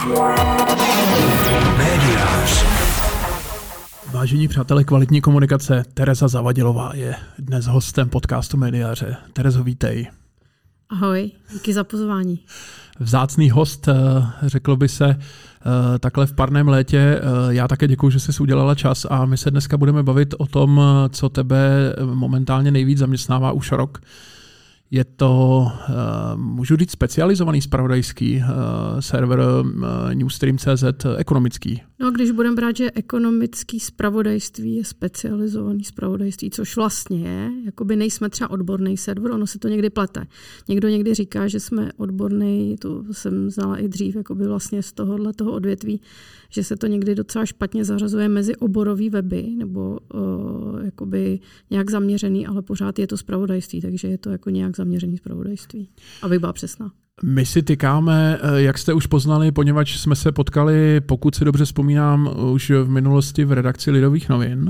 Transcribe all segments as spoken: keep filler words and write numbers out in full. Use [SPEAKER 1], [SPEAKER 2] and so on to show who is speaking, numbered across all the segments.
[SPEAKER 1] Médiář. Vážení přátelé kvalitní komunikace, Tereza Zavadilová je dnes hostem podcastu Médiáře. Terezo, vítej.
[SPEAKER 2] Ahoj, díky za pozvání.
[SPEAKER 1] Vzácný host, řeklo by se, takhle v parném létě. Já také děkuji, že jsi udělala čas a my se dneska budeme bavit o tom, co tebe momentálně nejvíc zaměstnává už rok. Je to, můžu říct, specializovaný zpravodajský server Newstream tečka cé zet, ekonomický.
[SPEAKER 2] No, když budeme brát, že ekonomický zpravodajství je specializovaný zpravodajství, což vlastně je, jakoby nejsme třeba odborný server, ono se to někdy plete. Někdo někdy říká, že jsme odborný, to jsem znala i dřív, jakoby vlastně z tohohle toho odvětví, že se to někdy docela špatně zařazuje mezi oborový weby, nebo uh, jakoby nějak zaměřený, ale pořád je to zpravodajství, takže je to jako nějak zaměřený zpravodajství, abych byla přesná.
[SPEAKER 1] My si tykáme, jak jste už poznali, poněvadž jsme se potkali, pokud si dobře vzpomínám, už v minulosti v redakci Lidových novin.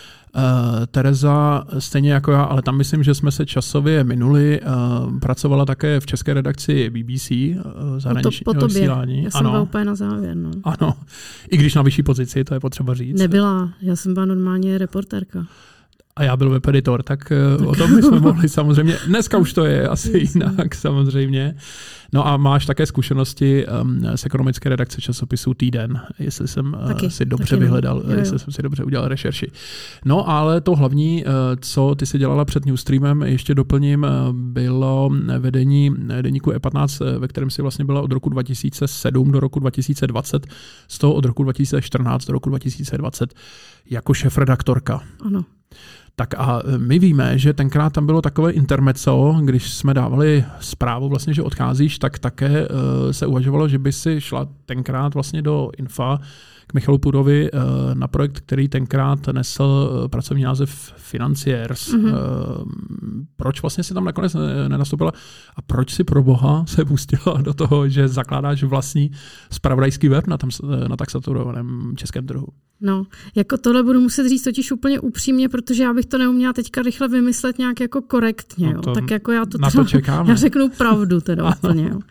[SPEAKER 1] Uh, Tereza, stejně jako já, ale tam myslím, že jsme se časově minuli, uh, pracovala také v české redakci B B C, uh, zahraničního
[SPEAKER 2] po
[SPEAKER 1] vysílání.
[SPEAKER 2] Já jsem byla úplně na závěr. No.
[SPEAKER 1] Ano, i když na vyšší pozici, to je potřeba říct.
[SPEAKER 2] Nebyla, já jsem byla normálně reportérka.
[SPEAKER 1] A já byl webeditor, tak, tak o tom bychom mohli samozřejmě. Dneska už to je asi jinak samozřejmě. No a máš také zkušenosti um, z ekonomické redakce časopisu Týden, jestli jsem taky, uh, si dobře vyhledal, jo, jo. jestli jsem si dobře udělal rešerši. No ale to hlavní, uh, co ty si dělala před Newstreamem, ještě doplním, uh, bylo vedení deníku E patnáct, ve kterém si vlastně byla od roku dva tisíce sedm do roku dva tisíce dvacet, z toho od roku dva tisíce čtrnáct do roku dva tisíce dvacet jako šéfredaktorka.
[SPEAKER 2] Ano.
[SPEAKER 1] Tak a my víme, že tenkrát tam bylo takové intermezzo, když jsme dávali zprávu vlastně, že odcházíš, tak také uh, se uvažovalo, že by si šla tenkrát vlastně do Infa k Michalu Purovi uh, na projekt, který tenkrát nesl uh, pracovní název Financiers. Mm-hmm. Uh, proč vlastně si tam nakonec nenastoupila a proč si pro boha se pustila do toho, že zakládáš vlastní zpravodajský web na, tam, na tak saturovaném českém trhu?
[SPEAKER 2] No, jako tohle budu muset říct totiž úplně upřímně, protože já bych to neuměla teďka rychle vymyslet nějak jako korektně.
[SPEAKER 1] No
[SPEAKER 2] jo.
[SPEAKER 1] to,
[SPEAKER 2] tak jako já to,
[SPEAKER 1] na to čekáme.
[SPEAKER 2] Já řeknu pravdu teda úplně. Jo.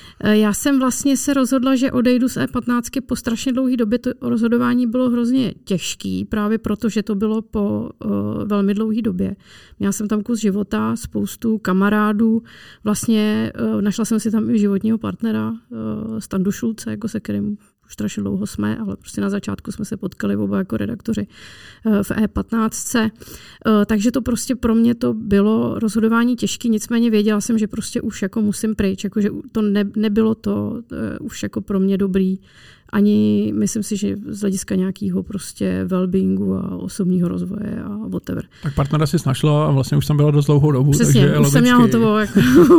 [SPEAKER 2] Já jsem vlastně se rozhodla, že odejdu z E patnáct po strašně dlouhé době. To rozhodování bylo hrozně těžký, právě proto, že to bylo po uh, velmi dlouhé době. Měla jsem tam kus života, spoustu kamarádů. Vlastně uh, našla jsem si tam i životního partnera, uh, Standu Šulce, jako se kterým už strašně dlouho jsme, ale prostě na začátku jsme se potkali oba jako redaktoři v E patnáct. Takže to prostě pro mě to bylo rozhodování těžké, nicméně věděla jsem, že prostě už jako musím pryč, jako že to ne, nebylo to už jako pro mě dobrý. Ani myslím si, že z hlediska nějakého prostě well-beingu a osobního rozvoje a whatever.
[SPEAKER 1] Tak partnera si našla a vlastně už jsem byla dost dlouhou dobu.
[SPEAKER 2] Přesně,
[SPEAKER 1] takže
[SPEAKER 2] už jsem měla hotovo. Jako,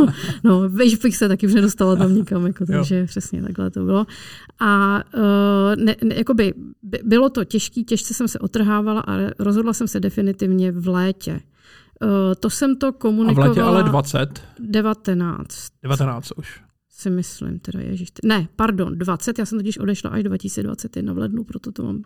[SPEAKER 2] no, víš, bych se taky už nedostala tam nikam, jako, takže jo. Přesně takhle to bylo. A uh, ne, ne, jakoby, bylo to těžký, těžce jsem se otrhávala a rozhodla jsem se definitivně v létě. Uh, to jsem to komunikovala...
[SPEAKER 1] A v létě ale dvacet?
[SPEAKER 2] devatenáct.
[SPEAKER 1] devatenáct už.
[SPEAKER 2] Si myslím, teda ježiš. Ne, pardon, dvacet, já jsem totiž odešla až dva tisíce dvacet jedna v lednu, proto to mám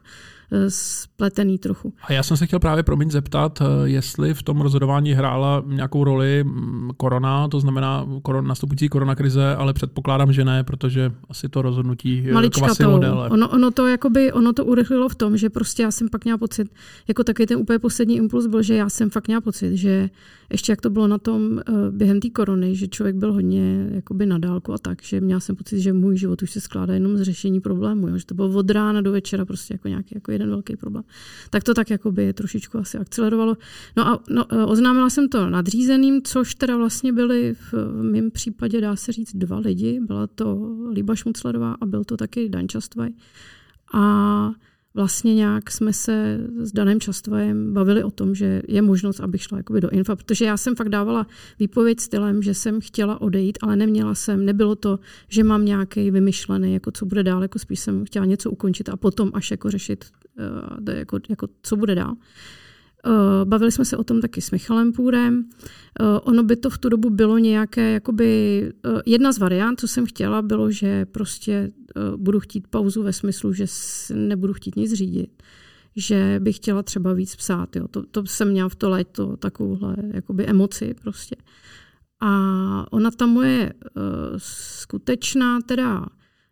[SPEAKER 2] spletený trochu.
[SPEAKER 1] A já jsem se chtěl právě promiň zeptat, jestli v tom rozhodování hrála nějakou roli korona, to znamená koron, nastupující koronakrize, ale předpokládám, že ne, protože asi to rozhodnutí kvasilo déle.
[SPEAKER 2] Ono, ono, to jakoby, ono to urychlilo v tom, že prostě já jsem pak měla pocit, jako takový ten úplně poslední impuls byl, že já jsem fakt měla pocit, že ještě jak to bylo na tom během té korony, že člověk byl hodně jakoby na dálku a tak, že měla jsem pocit, že můj život už se skládá jenom z řešení problémů, jo? Že to bylo od rána do večera prostě jako nějaký jako jeden velký problém. Tak to tak jakoby trošičku asi akcelerovalo. No a no, oznámila jsem to nadřízeným, což teda vlastně byli v, v mém případě, dá se říct, dva lidi. Byla to Líba Šmuclerová a byl to taky Dan Častvaj. A vlastně nějak jsme se s Danem Častvajem bavili o tom, že je možnost, abych šla jakoby do Infa, protože já jsem fakt dávala výpověď stylem, že jsem chtěla odejít, ale neměla jsem, nebylo to, že mám nějaký vymyšlený, jako co bude dál, jako spíš jsem chtěla něco ukončit a potom až jako řešit, uh, jako, jako co bude dál. Uh, bavili jsme se o tom taky s Michalem Půrem. Uh, ono by to v tu dobu bylo nějaké, jakoby, uh, jedna z variant, co jsem chtěla, bylo, že prostě uh, budu chtít pauzu ve smyslu, že nebudu chtít nic řídit. Že bych chtěla třeba víc psát. Jo. To, to jsem měla v to léto takovouhle jakoby emoci prostě. A ona ta moje uh, skutečná teda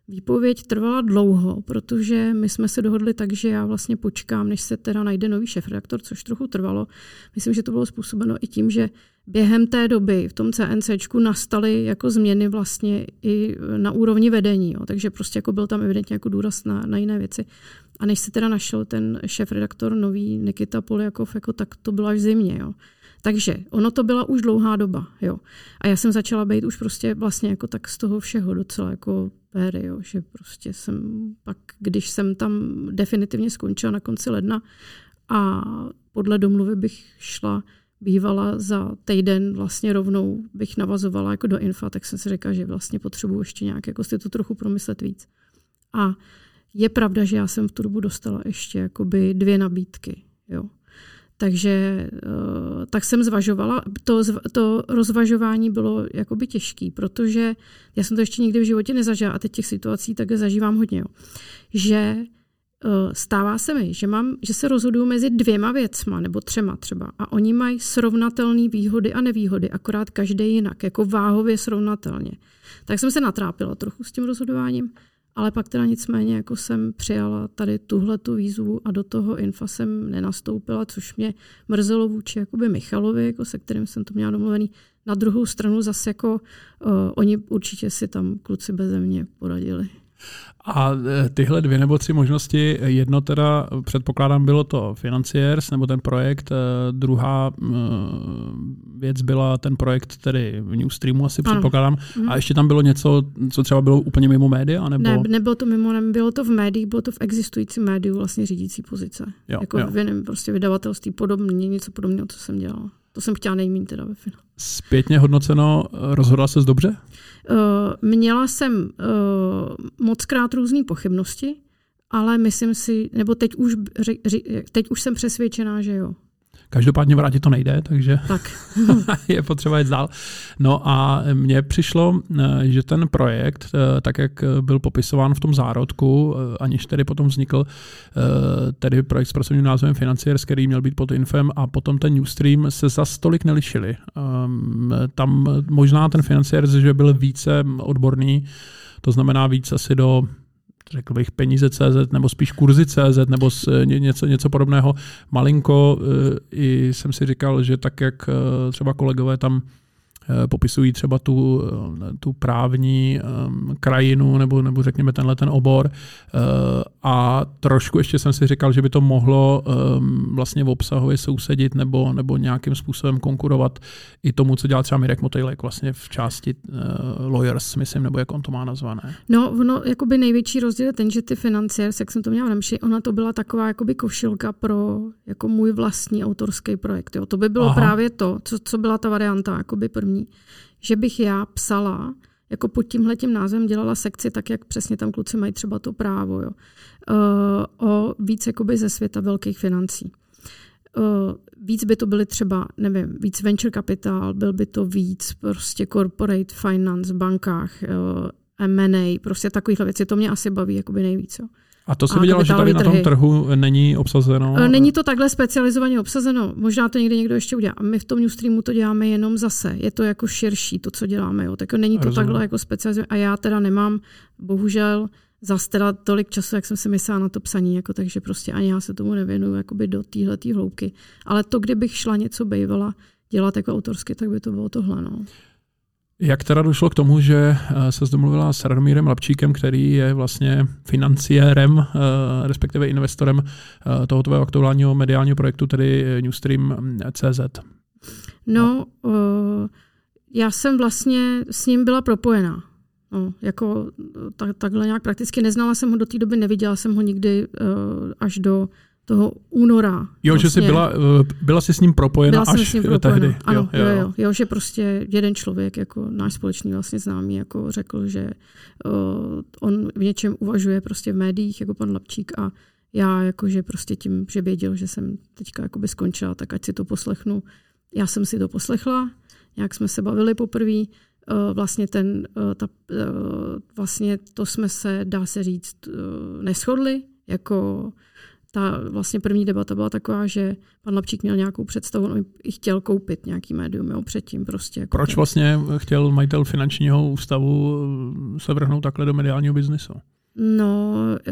[SPEAKER 2] výpověď trvala dlouho, protože my jsme se dohodli tak, že já vlastně počkám, než se teda najde nový šéfredaktor, což trochu trvalo. Myslím, že to bylo způsobeno i tím, že během té doby v tom CNCčku nastaly jako změny vlastně i na úrovni vedení. Jo. Takže prostě jako byl tam evidentně jako důraz na, na jiné věci. A než se teda našel ten šéfredaktor nový Nikita Poljakov, jako tak to bylo až v zimě. Jo. Takže ono to byla už dlouhá doba. Jo. A já jsem začala být už prostě vlastně jako tak z toho všeho docela jako péry, jo. Že prostě jsem pak, když jsem tam definitivně skončila na konci ledna a podle domluvy bych šla bývala za týden vlastně rovnou bych navazovala jako do Infa, tak jsem si řekla, že vlastně potřebuji ještě nějak jako si to trochu promyslet víc. A je pravda, že já jsem v tu dobu dostala ještě jakoby dvě nabídky. Jo. Takže tak jsem zvažovala. To, to rozvažování bylo jakoby těžký, protože já jsem to ještě nikdy v životě nezažila a teď těch situací také zažívám hodně. Jo. Že stává se mi, že, mám, že se rozhoduju mezi dvěma věcma nebo třema třeba a oni mají srovnatelné výhody a nevýhody, akorát každý jinak, jako váhově srovnatelně. Tak jsem se natrápila trochu s tím rozhodováním, ale pak teda nicméně jako jsem přijala tady tuhletu výzvu a do toho Infa jsem nenastoupila, což mě mrzelo vůči jakoby Michalovi, jako se kterým jsem to měla domluvený. Na druhou stranu zase jako uh, oni určitě si tam kluci beze mě poradili.
[SPEAKER 1] A tyhle dvě nebo tři možnosti, jedno teda předpokládám bylo to Financiers nebo ten projekt, druhá věc byla ten projekt tedy v Newstreamu asi ano. předpokládám. Mhm. A ještě tam bylo něco, co třeba bylo úplně mimo média? Nebo?
[SPEAKER 2] Ne, nebylo to mimo, nebylo to v médiích, bylo to v existujícím médiu vlastně řídící pozice. Jo, jako jo. v prostě vydavatelství podobně, něco podobného, co jsem dělala. To jsem chtěla nejmín teda ve finále.
[SPEAKER 1] Zpětně hodnoceno, rozhodla ses dobře?
[SPEAKER 2] Uh, měla jsem uh, mockrát různý pochybnosti, ale myslím si, nebo teď už, ři, ři, teď už jsem přesvědčená, že jo.
[SPEAKER 1] Každopádně vrátit to nejde, takže
[SPEAKER 2] tak.
[SPEAKER 1] je potřeba jít dál. No a mně přišlo, že ten projekt, tak jak byl popisován v tom zárodku, aniž tedy potom vznikl tedy projekt s pracovním názvem Financiers, který měl být pod Infem a potom ten Newstream se za stolik nelišili. Tam možná ten Financiers, že byl více odborný, to znamená víc asi do řekl bych peníze tečka cé zet nebo spíš kurzy tečka cé zet nebo něco, něco podobného. Malinko i jsem si říkal, že tak, jak třeba kolegové tam popisují třeba tu, tu právní krajinu nebo, nebo řekněme tenhle ten obor a trošku ještě jsem si říkal, že by to mohlo vlastně v obsahově sousedit nebo, nebo nějakým způsobem konkurovat i tomu, co dělá třeba Mirek Motejlek vlastně v části Lawyers, myslím, nebo jak on to má nazvané.
[SPEAKER 2] No, no jakoby největší rozdíl je ten, že ty Financiers, jak jsem to měla v Nemši, ona to byla taková jakoby košilka pro jako můj vlastní autorský projekt. Jo. To by bylo Aha. právě to, co, co byla ta varianta jakoby první. Že bych já psala, jako pod tímhletím názvem dělala sekci, tak jak přesně tam kluci mají třeba to právo, jo, uh, o víc jakoby ze světa velkých financí. Uh, víc by to byly třeba, nevím, víc venture capital, byl by to víc prostě corporate finance v bankách, uh, M and A, prostě takovýhle věci, to mě asi baví jakoby nejvíc, jo.
[SPEAKER 1] A to si viděla, že tady na tom trhu není obsazeno?
[SPEAKER 2] Není to takhle specializovaně obsazeno. Možná to někdy někdo ještě udělá. A my v tom Newstreamu to děláme jenom zase. Je to jako širší, to, co děláme. Jo. Tak není to Rozumím. takhle jako specializované. A já teda nemám, bohužel, zase teda tolik času, jak jsem si myslela na to psaní. Jako, takže prostě ani já se tomu nevěnuju jakoby do téhletý hloubky. Ale to, kdybych šla něco bývala dělat jako autorsky, tak by to bylo tohle. No.
[SPEAKER 1] Jak teda došlo k tomu, že se domluvila s Radomírem Lapčíkem, který je vlastně financiérem, respektive investorem tohoto aktuálního mediálního projektu, tedy Newstream tečka cé zet?
[SPEAKER 2] No, já jsem vlastně s ním byla propojená. No, jako tak, takhle nějak prakticky neznala jsem ho do té doby, neviděla jsem ho nikdy až do toho února.
[SPEAKER 1] Jo, vlastně. Že jsi byla, byla jsi s ním propojena
[SPEAKER 2] byla
[SPEAKER 1] až
[SPEAKER 2] s ním propojena.
[SPEAKER 1] tehdy.
[SPEAKER 2] Ano,
[SPEAKER 1] jo, jo,
[SPEAKER 2] jo, jo, jo, že prostě jeden člověk, jako náš společný vlastně známý, jako řekl, že uh, on v něčem uvažuje prostě v médiích, jako pan Lapčík a já jakože prostě tím, že věděl, že jsem teďka jakoby skončila, tak ať si to poslechnu. Já jsem si to poslechla, nějak jsme se bavili poprvé, uh, vlastně ten, uh, ta, uh, vlastně to jsme se, dá se říct, uh, neshodli, jako ta vlastně první debata byla taková, že pan Lapčík měl nějakou představu, on i chtěl koupit nějaký médium, jo, předtím prostě. Jako
[SPEAKER 1] Proč
[SPEAKER 2] ten...
[SPEAKER 1] vlastně chtěl majitel finančního ústavu se vrhnout takhle do mediálního biznesu?
[SPEAKER 2] No,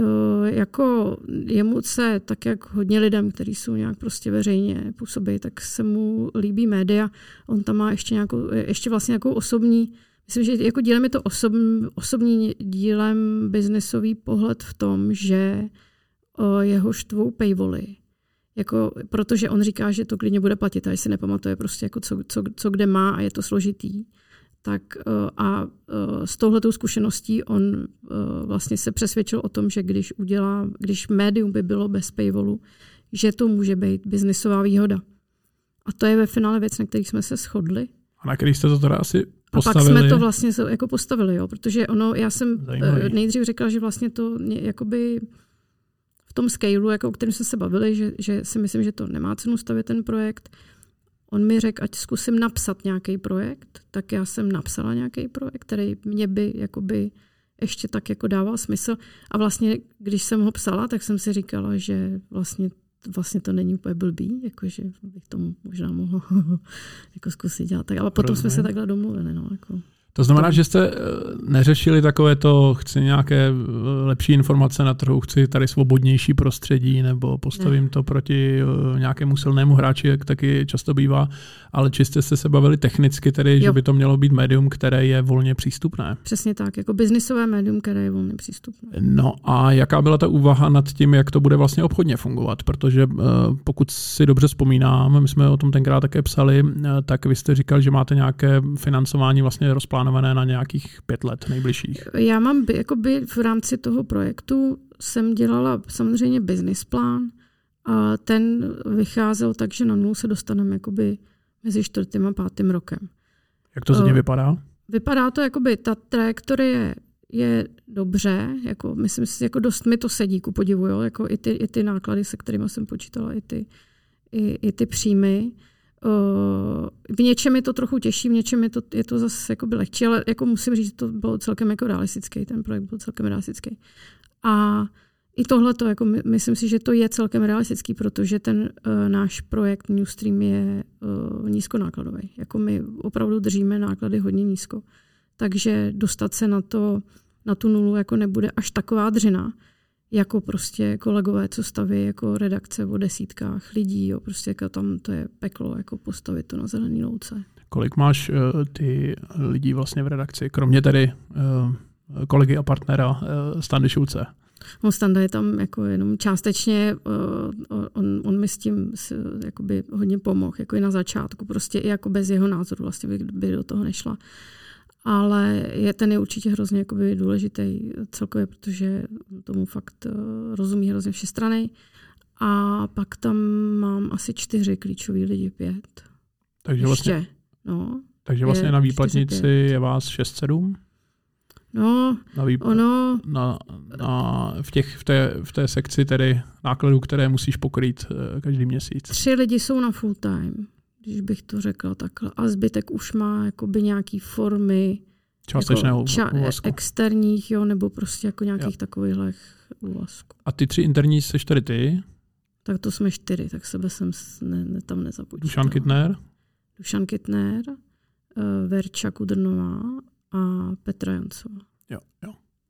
[SPEAKER 2] jako jemu se, tak jak hodně lidem, kteří jsou nějak prostě veřejně působí, tak se mu líbí média. On tam má ještě nějakou, ještě vlastně nějakou osobní, myslím, že jako dílem je to osobní, osobní dílem biznesový pohled v tom, že jeho štvou paywally. Jako, protože on říká, že to klidně bude platit, a když si nepamatuje prostě jako co, co, co kde má a je to složitý. Tak a s touhletou zkušeností on vlastně se přesvědčil o tom, že když udělá, když médium by bylo bez paywallu, že to může být biznisová výhoda. A to je ve finále věc, na kterých jsme se shodli.
[SPEAKER 1] A na který jste to teda asi postavili?
[SPEAKER 2] A pak jsme to vlastně jako postavili, jo, protože ono, já jsem Zajímavý. nejdřív řekla, že vlastně to jakoby v tom scaleu, jako o kterém jsme se bavili, že, že si myslím, že to nemá cenu stavět ten projekt. On mi řekl, ať zkusím napsat nějaký projekt, tak já jsem napsala nějaký projekt, který mě by jakoby ještě tak jako dával smysl. A vlastně, když jsem ho psala, tak jsem si říkala, že vlastně, vlastně to není úplně blbý, jakože bych tomu možná mohla jako zkusit dělat. Tak, ale potom Rozumím. jsme se takhle domluvili. No, jako.
[SPEAKER 1] To znamená, že jste neřešili takové to, chci nějaké lepší informace na trhu, chci tady svobodnější prostředí, nebo postavím ne. to proti nějakému silnému hráči, jak taky často bývá, ale čistě jste se bavili technicky, tedy, že by to mělo být médium, které je volně přístupné.
[SPEAKER 2] Přesně tak, jako biznisové médium, které je volně přístupné.
[SPEAKER 1] No a jaká byla ta úvaha nad tím, jak to bude vlastně obchodně fungovat? Protože pokud si dobře vzpomínám, my jsme o tom tenkrát také psali, tak vy jste říkal, že máte nějaké financování vlastně rozplánované na nějakých pět let nejbližších. Já
[SPEAKER 2] mám jakoby v rámci toho projektu jsem dělala samozřejmě business plán a ten vycházel tak, že na nulu se dostaneme jakoby mezi čtvrtým a pátým rokem.
[SPEAKER 1] Jak to za ně uh, vypadá?
[SPEAKER 2] Vypadá to jakoby, ta trajektorie je dobře, jako myslím si, jako dost mi to sedí, ku podivu, jo? Jako i ty, i ty náklady, se kterými jsem počítala, i ty, i, i ty příjmy. V něčem je to trochu těžší, v něčem je to, je to zase jakoby lehčí, ale jako musím říct, že to bylo celkem jako realistický, ten projekt byl celkem realistický. A i tohle to, jako my, myslím si, že to je celkem realistický, protože ten uh, náš projekt Newstream je uh, nízkonákladový. Jako my opravdu držíme náklady hodně nízko. Takže dostat se na, to, na tu nulu jako nebude až taková dřina, jako prostě kolegové, co staví jako redakce o desítkách lidí, jo, prostě jako tam to je peklo, jako postavit to na zelený louce.
[SPEAKER 1] Kolik máš uh, ty lidí vlastně v redakci, kromě tedy uh, kolegy a partnera uh, Standy Šulce?
[SPEAKER 2] No, Standa je tam jako jenom částečně, uh, on, on mi s tím jakoby hodně pomohl, jako i na začátku, prostě i jako bez jeho názoru vlastně by, by do toho nešla. Ale je, ten je určitě hrozně jakoby důležitý celkově, protože tomu fakt uh, rozumí hrozně všestranný. A pak tam mám asi čtyři klíčový lidi, pět.
[SPEAKER 1] Takže vlastně,
[SPEAKER 2] Ještě, no,
[SPEAKER 1] takže vlastně na výplatnici čtyři, je vás šest sedm?
[SPEAKER 2] No,
[SPEAKER 1] na výpl-
[SPEAKER 2] ono...
[SPEAKER 1] Na, na, v, těch, v, té, v té sekci tedy nákladů, které musíš pokrýt uh, každý měsíc.
[SPEAKER 2] Tři lidi jsou na full time, když bych to řekla takhle. A zbytek už má jakoby nějaký formy
[SPEAKER 1] částečného
[SPEAKER 2] jako ča-
[SPEAKER 1] úvazku.
[SPEAKER 2] Externích, jo, nebo prostě jako nějakých takovýchhle úvazků.
[SPEAKER 1] A ty tři interní seš tady ty?
[SPEAKER 2] Tak to jsme čtyři, tak sebe jsem ne, ne, tam nezapočítala.
[SPEAKER 1] Dušan Kytner?
[SPEAKER 2] Dušan Kytner, uh, Verča Kudrnová a Petra Jancová.
[SPEAKER 1] Jo, jo.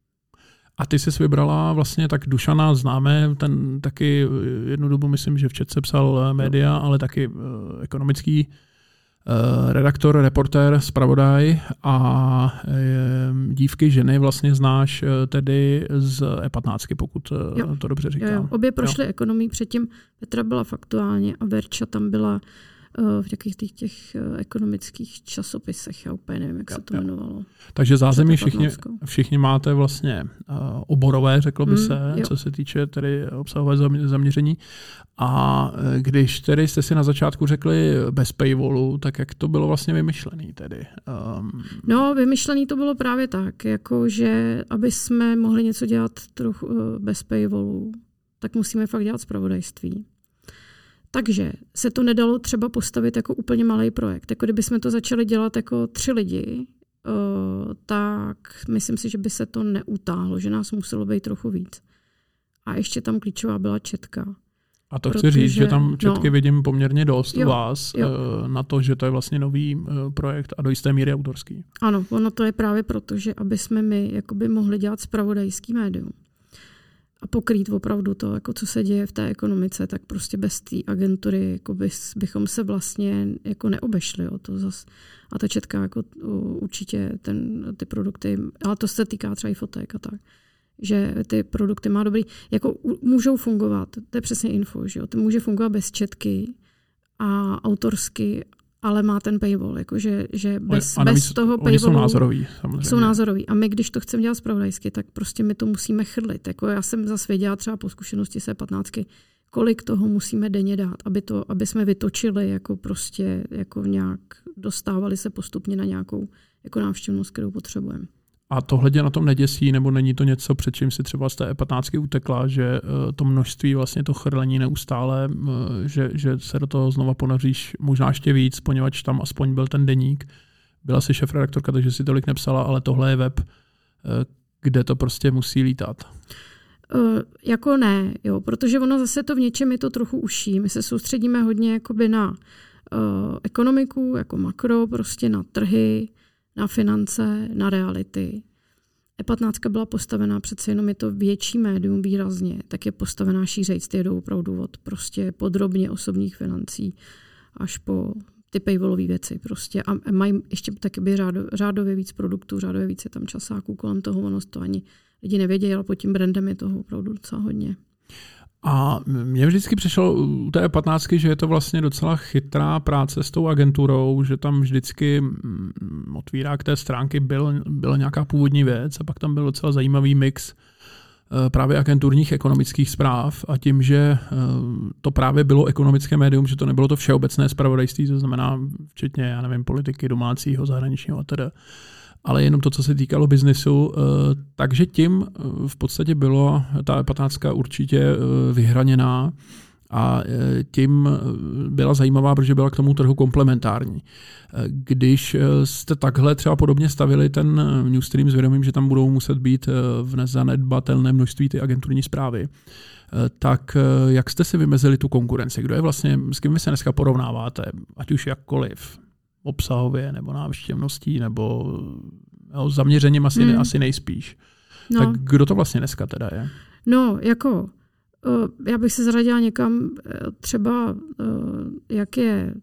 [SPEAKER 1] A ty jsi vybrala vlastně, tak Dušana známe, ten taky jednu dobu, myslím, že v Četce psal média, ale taky uh, ekonomický uh, redaktor, reportér, zpravodaj a uh, dívky, ženy vlastně znáš uh, tedy z E patnáct, pokud uh, to dobře říkám.
[SPEAKER 2] Jo, jo. Obě prošly ekonomii předtím, Petra byla faktuálně a Verča tam byla v takových těch, těch ekonomických časopisech, já úplně nevím, jak jo, se to jo. jmenovalo.
[SPEAKER 1] Takže zázemí všichni, všichni máte vlastně uh, oborové, řeklo by mm, se, jo. co se týče tedy obsahové zaměření. A když tedy jste si na začátku řekli bez paywallu, tak jak to bylo vlastně vymyšlený tedy? Um...
[SPEAKER 2] No, vymyšlený to bylo právě tak, jako že aby jsme mohli něco dělat trochu uh, bez paywallu, tak musíme fakt dělat zpravodajství. Takže se to nedalo třeba postavit jako úplně malý projekt. Jako kdybychom to začali dělat jako tři lidi, tak myslím si, že by se to neutáhlo, že nás muselo být trochu víc. A ještě tam klíčová byla četka.
[SPEAKER 1] A to protože, chci říct, že tam četky no, vidím poměrně dost
[SPEAKER 2] jo,
[SPEAKER 1] u vás jo. na to, že to je vlastně nový projekt a do jisté míry autorský.
[SPEAKER 2] Ano, ono to je právě proto, že aby jsme my jakoby mohli dělat zpravodajský médium a pokrýt opravdu to, jako co se děje v té ekonomice, tak prostě bez té agentury jakoby bychom se vlastně jako neobešli. Jo, to zas, a ta četka jako určitě ten, ty produkty, ale to se týká třeba i fotek a tak, že ty produkty má dobrý, jako můžou fungovat, to je přesně info, že jo, to může fungovat bez četky a autorsky, ale má ten paywall, jakože že bez,
[SPEAKER 1] navíc,
[SPEAKER 2] bez toho paywallu
[SPEAKER 1] jsou názorový, samozřejmě.
[SPEAKER 2] Jsou názorový. A my, když to chceme dělat zpravodajsky, tak prostě my to musíme chrlit. Jako já jsem zase věděla třeba po zkušenosti z E patnáct, kolik toho musíme denně dát, aby, to, aby jsme vytočili, jako prostě jako nějak dostávali se postupně na nějakou jako návštěvnost, kterou potřebujeme.
[SPEAKER 1] A tohle na tom neděsí, nebo není to něco, před čím si třeba z té E patnáct utekla, že to množství, vlastně to chrlení neustále, že, že se do toho znova ponoříš možná ještě víc, poněvadž tam aspoň byl ten deník. Byla si šéfredaktorka, takže si tolik nepsala, ale tohle je web, kde to prostě musí lítat.
[SPEAKER 2] Uh, jako ne, jo, protože ono zase to v něčem je to trochu uší. My se soustředíme hodně jakoby na uh, ekonomiku, jako makro, prostě na trhy, na finance, na reality. E patnáct byla postavená, přece jenom je to větší médium výrazně, tak je postavená šířejc, ty jedou opravdu od prostě podrobně osobních financí až po ty paywallové věci. Prostě. A mají ještě taky řádo, řádově víc produktů, řádově víc je tam časáků kolem toho, ono to ani lidi nevědějí, ale pod tím brandem je toho opravdu docela hodně.
[SPEAKER 1] A mně vždycky přišlo u té patnáct, že je to vlastně docela chytrá práce s tou agenturou, že tam vždycky otvírák té stránky byl, byla nějaká původní věc a pak tam byl docela zajímavý mix právě agenturních ekonomických zpráv a tím, že to právě bylo ekonomické médium, že to nebylo to všeobecné zpravodajství, to znamená včetně, já nevím, politiky domácího, zahraničního a teda, ale jenom to, co se týkalo biznesu. Takže tím v podstatě bylo ta patnáct určitě vyhraněná a tím byla zajímavá, protože byla k tomu trhu komplementární. Když jste takhle třeba podobně stavili ten newsstream s vědomím, že tam budou muset být v nezanedbatelné množství ty agenturní zprávy, tak jak jste si vymezili tu konkurenci? Kdo je vlastně, s kým vy se dneska porovnáváte, ať už jakkoliv? Obsahově, nebo návštěvností, nebo jo, zaměřením asi, hmm. asi nejspíš. No. Tak kdo to vlastně dneska teda je?
[SPEAKER 2] No, jako, já bych se zaradila někam třeba, jak je,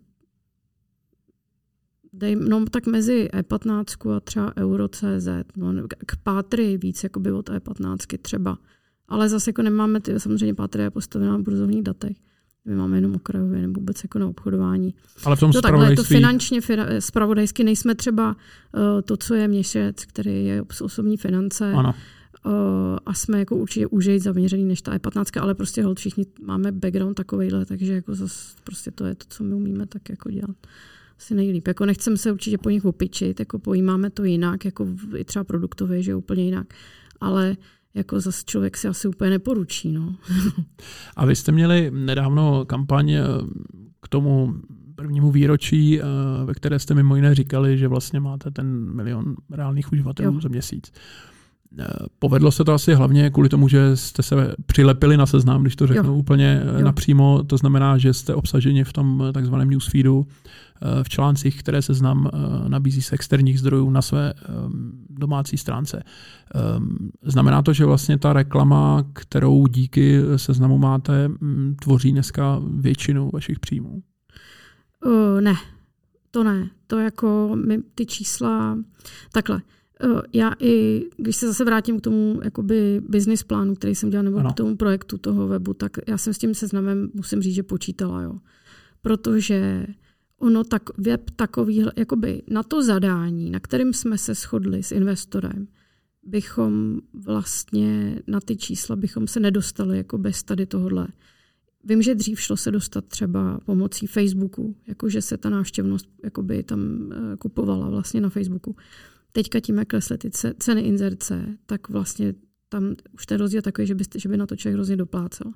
[SPEAKER 2] dej, no tak mezi E patnáct a třeba Euro tečka cé zet, no, k Pátry víc jakoby od E patnáct třeba. Ale zase jako nemáme, ty, samozřejmě Pátry je postavená na burzovních datech. My máme jenom okrajově nebo vůbec jako na obchodování.
[SPEAKER 1] Ale v tom
[SPEAKER 2] to
[SPEAKER 1] zpravodajství...
[SPEAKER 2] takhle, to finančně, zpravodajsky nejsme třeba uh, to, co je Měsíc, který je osobní finance.
[SPEAKER 1] Ano.
[SPEAKER 2] Uh, a jsme jako určitě užej zaměřený než ta E patnáct, ale prostě hold, všichni máme background takovejhle, takže jako zas prostě to je to, co my umíme tak jako dělat. Asi nejlíp. Jako nechcem se určitě po nich opičit, jako pojímáme to jinak, jako i třeba produktově, že úplně jinak. Ale jako zase člověk si asi úplně neporučí. No.
[SPEAKER 1] A vy jste měli nedávno kampaň k tomu prvnímu výročí, ve které jste mimo jiné říkali, že vlastně máte ten milion reálných uživatelů jo. za měsíc. Povedlo se to asi hlavně kvůli tomu, že jste se přilepili na Seznam, když to řeknu jo. úplně jo. napřímo. To znamená, že jste obsaženi v tom takzvaném newsfeedu, v článcích, které Seznam nabízí z externích zdrojů na své domácí stránce. Znamená to, že vlastně ta reklama, kterou díky Seznamu máte, tvoří dneska většinu vašich příjmů?
[SPEAKER 2] Uh, ne, to ne. To jako my ty čísla... Takhle. Já i, když se zase vrátím k tomu jakoby business plánu, který jsem dělala, nebo ano. k tomu projektu toho webu, tak já jsem s tím Seznamem, musím říct, že počítala, jo. Protože ono tak, web takový, jakoby na to zadání, na kterým jsme se shodli s investorem, bychom vlastně na ty čísla bychom se nedostali jako bez tady tohodle. Vím, že dřív šlo se dostat třeba pomocí Facebooku, jakože se ta návštěvnost jakoby tam kupovala vlastně na Facebooku. Teďka tím, jak klesly ty ceny inzerce, tak vlastně tam už ten rozdíl takový, že by, že by na to člověk hrozně doplácel.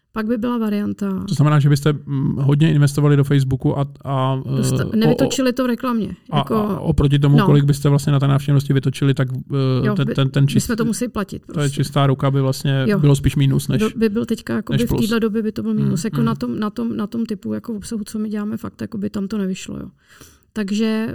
[SPEAKER 2] Pak by byla varianta.
[SPEAKER 1] To znamená, že byste hodně investovali do Facebooku a... a
[SPEAKER 2] Dosta- nevytočili to v reklamě.
[SPEAKER 1] A,
[SPEAKER 2] jako,
[SPEAKER 1] a oproti tomu, no. kolik byste vlastně na té návštěvnosti vytočili, tak
[SPEAKER 2] jo,
[SPEAKER 1] ten, ten, ten čist...
[SPEAKER 2] bychom to museli platit. Prostě.
[SPEAKER 1] To je čistá ruka, by vlastně
[SPEAKER 2] jo.
[SPEAKER 1] bylo spíš mínus, než
[SPEAKER 2] by, by byl teďka, jako by v této době by to byl mínus. Mm, jako
[SPEAKER 1] mm.
[SPEAKER 2] Na, tom, na, tom, na tom typu jako obsahu, co my děláme, fakt jako by tam to nevyšlo. Jo. Takže...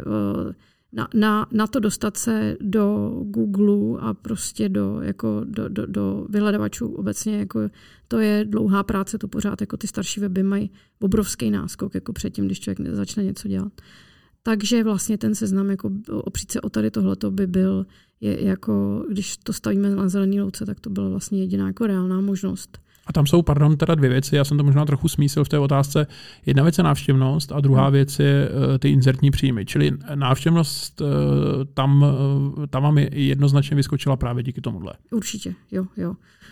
[SPEAKER 2] Na, na, na to dostat se do Google a prostě do, jako do, do, do vyhledávačů obecně, jako to je dlouhá práce, to pořád jako ty starší weby mají obrovský náskok jako předtím, když člověk začne něco dělat. Takže vlastně ten seznam, jako opřít se o tady tohleto by byl, je jako, když to stavíme na zelený louce, tak to byla vlastně jediná jako reálná možnost.
[SPEAKER 1] A tam jsou, pardon, teda dvě věci, já jsem to možná trochu smísil v té otázce. Jedna věc je návštěvnost a druhá věc je uh, ty inzertní příjmy. Čili návštěvnost uh, tam, uh, tam vám jednoznačně vyskočila právě díky tomuhle.
[SPEAKER 2] Určitě, jo, jo.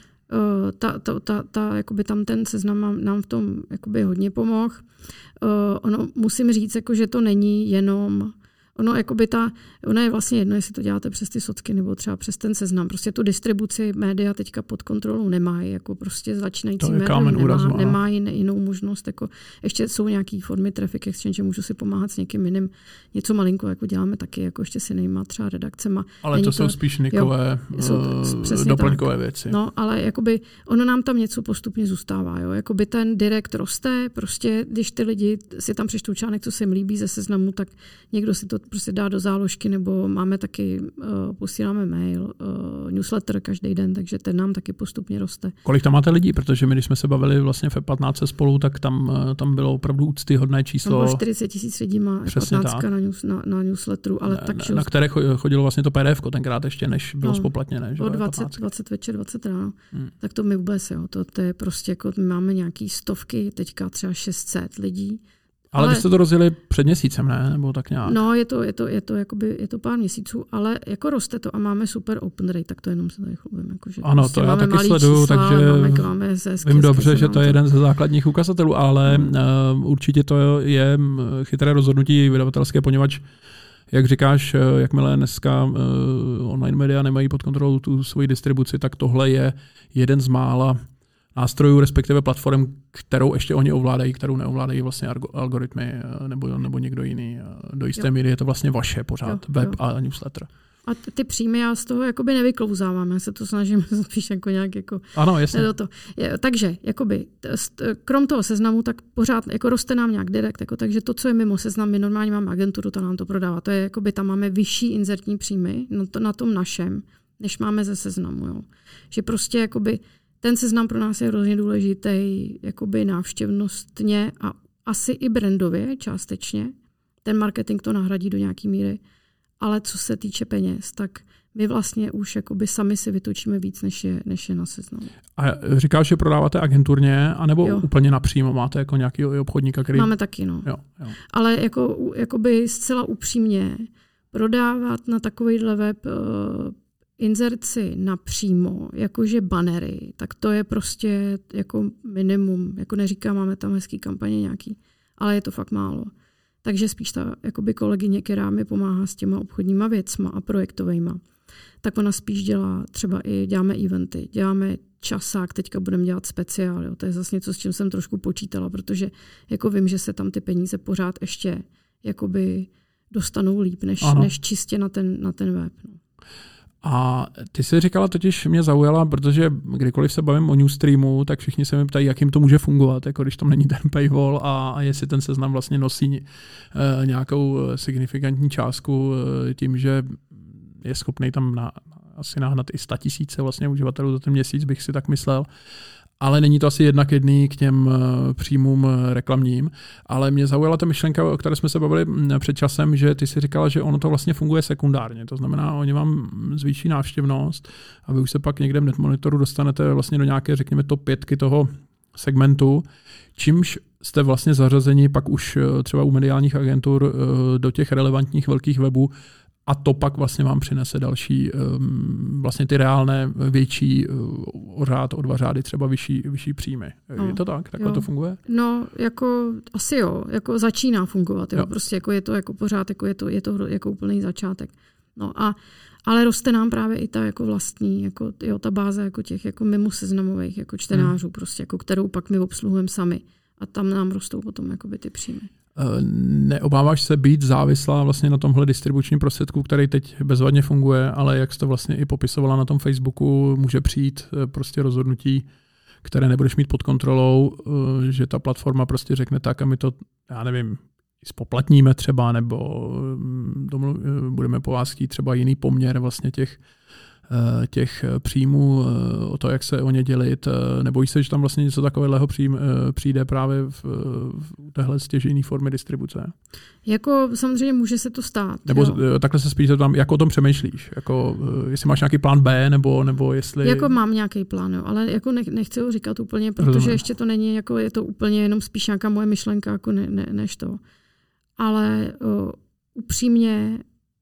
[SPEAKER 2] Uh, ta, ta, ta, ta, jakoby tam ten seznam nám v tom jakoby hodně pomohl. Uh, ono, musím říct, jako, že to není jenom... Ono, jakoby ta, ono je vlastně jedno, jestli to děláte přes ty socky nebo třeba přes ten seznam. Prostě tu distribuci média teďka pod kontrolou nemají, jako prostě začínající média nemá, nemá jinou možnost. Jako ještě jsou nějaké formy traffic exchange, můžu si pomáhat s někým jiným. Něco malinko jako děláme taky, jako ještě si nejma třeba redakcema.
[SPEAKER 1] Ale
[SPEAKER 2] Není
[SPEAKER 1] to jsou spíš nikové uh, doplňkové tak. věci.
[SPEAKER 2] No, ale jakoby ono nám tam něco postupně zůstává. Jo? Jakoby ten direkt roste, prostě když ty lidi si tam přečtou článek, co se jim líbí ze seznamu, tak někdo si to prostě dá do záložky, nebo máme taky, uh, posíláme mail, uh, newsletter každý den, takže ten nám taky postupně roste.
[SPEAKER 1] Kolik tam máte lidí? Protože my, když jsme se bavili vlastně v patnáct spolu, tak tam, tam bylo opravdu úctyhodné číslo.
[SPEAKER 2] Tam bylo čtyřicet tisíc lidí má patnáct na, news, na, na newsletteru, ale
[SPEAKER 1] na,
[SPEAKER 2] tak,
[SPEAKER 1] na, na které chodilo vlastně to P D F ko tenkrát ještě, než bylo no, spoplatněné.
[SPEAKER 2] Bylo dvacet, dvacet večer, dvacet ráno. Hmm. Tak to my vůbec, jo. To, to je prostě jako, my máme nějaký stovky, teďka třeba šest set lidí.
[SPEAKER 1] Ale, ale vy jste to rozjeli před měsícem, ne? Nebo tak nějak?
[SPEAKER 2] No, je to, je to, je to, jakoby, je to pár měsíců, ale jako roste to a máme super open rate, tak to jenom se tady chlubím. Jako, že
[SPEAKER 1] ano,
[SPEAKER 2] prostě
[SPEAKER 1] to já taky sleduju, takže máme, máme
[SPEAKER 2] vím
[SPEAKER 1] dobře, že to je jeden ze základních ukazatelů, ale hmm. uh, určitě to je chytré rozhodnutí vydavatelské, poněvadž jak říkáš, jakmile dneska uh, online média nemají pod kontrolou tu svoji distribuci, tak tohle je jeden z mála nástrojů, respektive platform, kterou ještě oni ovládají, kterou neovládají vlastně algoritmy nebo, nebo někdo jiný. Do jisté míry je to vlastně vaše pořád, jo, web jo. a newsletter.
[SPEAKER 2] A ty příjmy já z toho jakoby nevyklouzávám, já se to snažím spíš jako nějak jako...
[SPEAKER 1] Ano, jasně.
[SPEAKER 2] To. Takže, jakoby, krom toho seznamu, tak pořád jako roste nám nějak direkt, jako, takže to, co je mimo seznam, my normálně máme agenturu, ta nám to prodává. To je, jakoby, tam máme vyšší inzertní příjmy na, to, na tom našem, než máme ze seznamu. Jo. Že prostě jakoby ten seznam pro nás je hrozně důležitý jakoby návštěvnostně a asi i brandově částečně. Ten marketing to nahradí do nějaký míry. Ale co se týče peněz, tak my vlastně už jakoby sami si vytočíme víc, než je, než je na seznamu.
[SPEAKER 1] A říkáš, že prodáváte agenturně, anebo jo. úplně napřímo? Máte jako nějaký obchodníka, který...
[SPEAKER 2] Máme taky, no.
[SPEAKER 1] Jo, jo.
[SPEAKER 2] Ale jako, jakoby zcela upřímně prodávat na takovýhle web uh, inzerci napřímo, jakože banery, tak to je prostě jako minimum. Jako neříkám, máme tam hezký kampaně nějaký, ale je to fakt málo. Takže spíš ta jakoby kolegyně, která mi pomáhá s těma obchodníma věcma a projektovejma, tak ona spíš dělá, třeba i děláme eventy, děláme časák, teďka budeme dělat speciál. Jo. To je zase něco, s čím jsem trošku počítala, protože jako vím, že se tam ty peníze pořád ještě jakoby dostanou líp, než, než čistě na ten, na ten web. No.
[SPEAKER 1] A ty jsi říkala, totiž mě zaujala, protože kdykoliv se bavím o newsstreamu, tak všichni se mi ptají, jak jim to může fungovat, jako když tam není ten paywall a, a jestli ten seznam vlastně nosí uh, nějakou signifikantní částku uh, tím, že je schopný tam na, asi nahnat i sta tisíce vlastně uživatelů za ten měsíc, bych si tak myslel. Ale není to asi jednak jedný k těm příjmům reklamním. Ale mě zaujala ta myšlenka, o které jsme se bavili před časem, že ty si říkala, že ono to vlastně funguje sekundárně. To znamená, oni vám zvýší návštěvnost a vy už se pak někde v NetMonitoru dostanete vlastně do nějaké, řekněme, top pětky toho segmentu, čímž jste vlastně zařazeni pak už třeba u mediálních agentur do těch relevantních velkých webů. A to pak vlastně vám přinese další, vlastně ty reálné větší o řád, o dva řády, třeba vyšší, vyšší příjmy. No, je to tak? Takhle jo. to funguje?
[SPEAKER 2] No, jako asi jo, jako začíná fungovat. Jo. Jo. Prostě jako je to jako pořád, jako je to, je to jako úplný začátek. No a Ale roste nám právě i ta jako vlastní, jako, jo, ta báze jako těch jako mimo seznamových jako čtenářů, hmm. prostě, jako, kterou pak my obsluhujeme sami. A tam nám rostou potom jakoby ty příjmy.
[SPEAKER 1] Neobáváš se být závislá vlastně na tomhle distribučním prostředku, který teď bezvadně funguje, ale jak jsi to vlastně i popisovala na tom Facebooku, může přijít prostě rozhodnutí, které nebudeš mít pod kontrolou, že ta platforma prostě řekne tak a my to, já nevím, spoplatníme třeba, nebo domluv, budeme po vás chtít třeba jiný poměr vlastně těch, těch příjmů, o to, jak se o ně dělit. Nebojíš se, že tam vlastně něco takového přijde právě v, v téhle stěžejné formy distribuce?
[SPEAKER 2] Jako samozřejmě může se to stát.
[SPEAKER 1] Nebo
[SPEAKER 2] jo.
[SPEAKER 1] Takhle se spíš tam, jak o tom přemýšlíš? Jako, jestli máš nějaký plán B, nebo, nebo jestli...
[SPEAKER 2] Jako mám nějaký plán, jo, ale jako nech, nechci ho říkat úplně, protože Rozumím. ještě to není, jako je to úplně jenom spíš nějaká moje myšlenka, jako ne, ne, než to. Ale uh, upřímně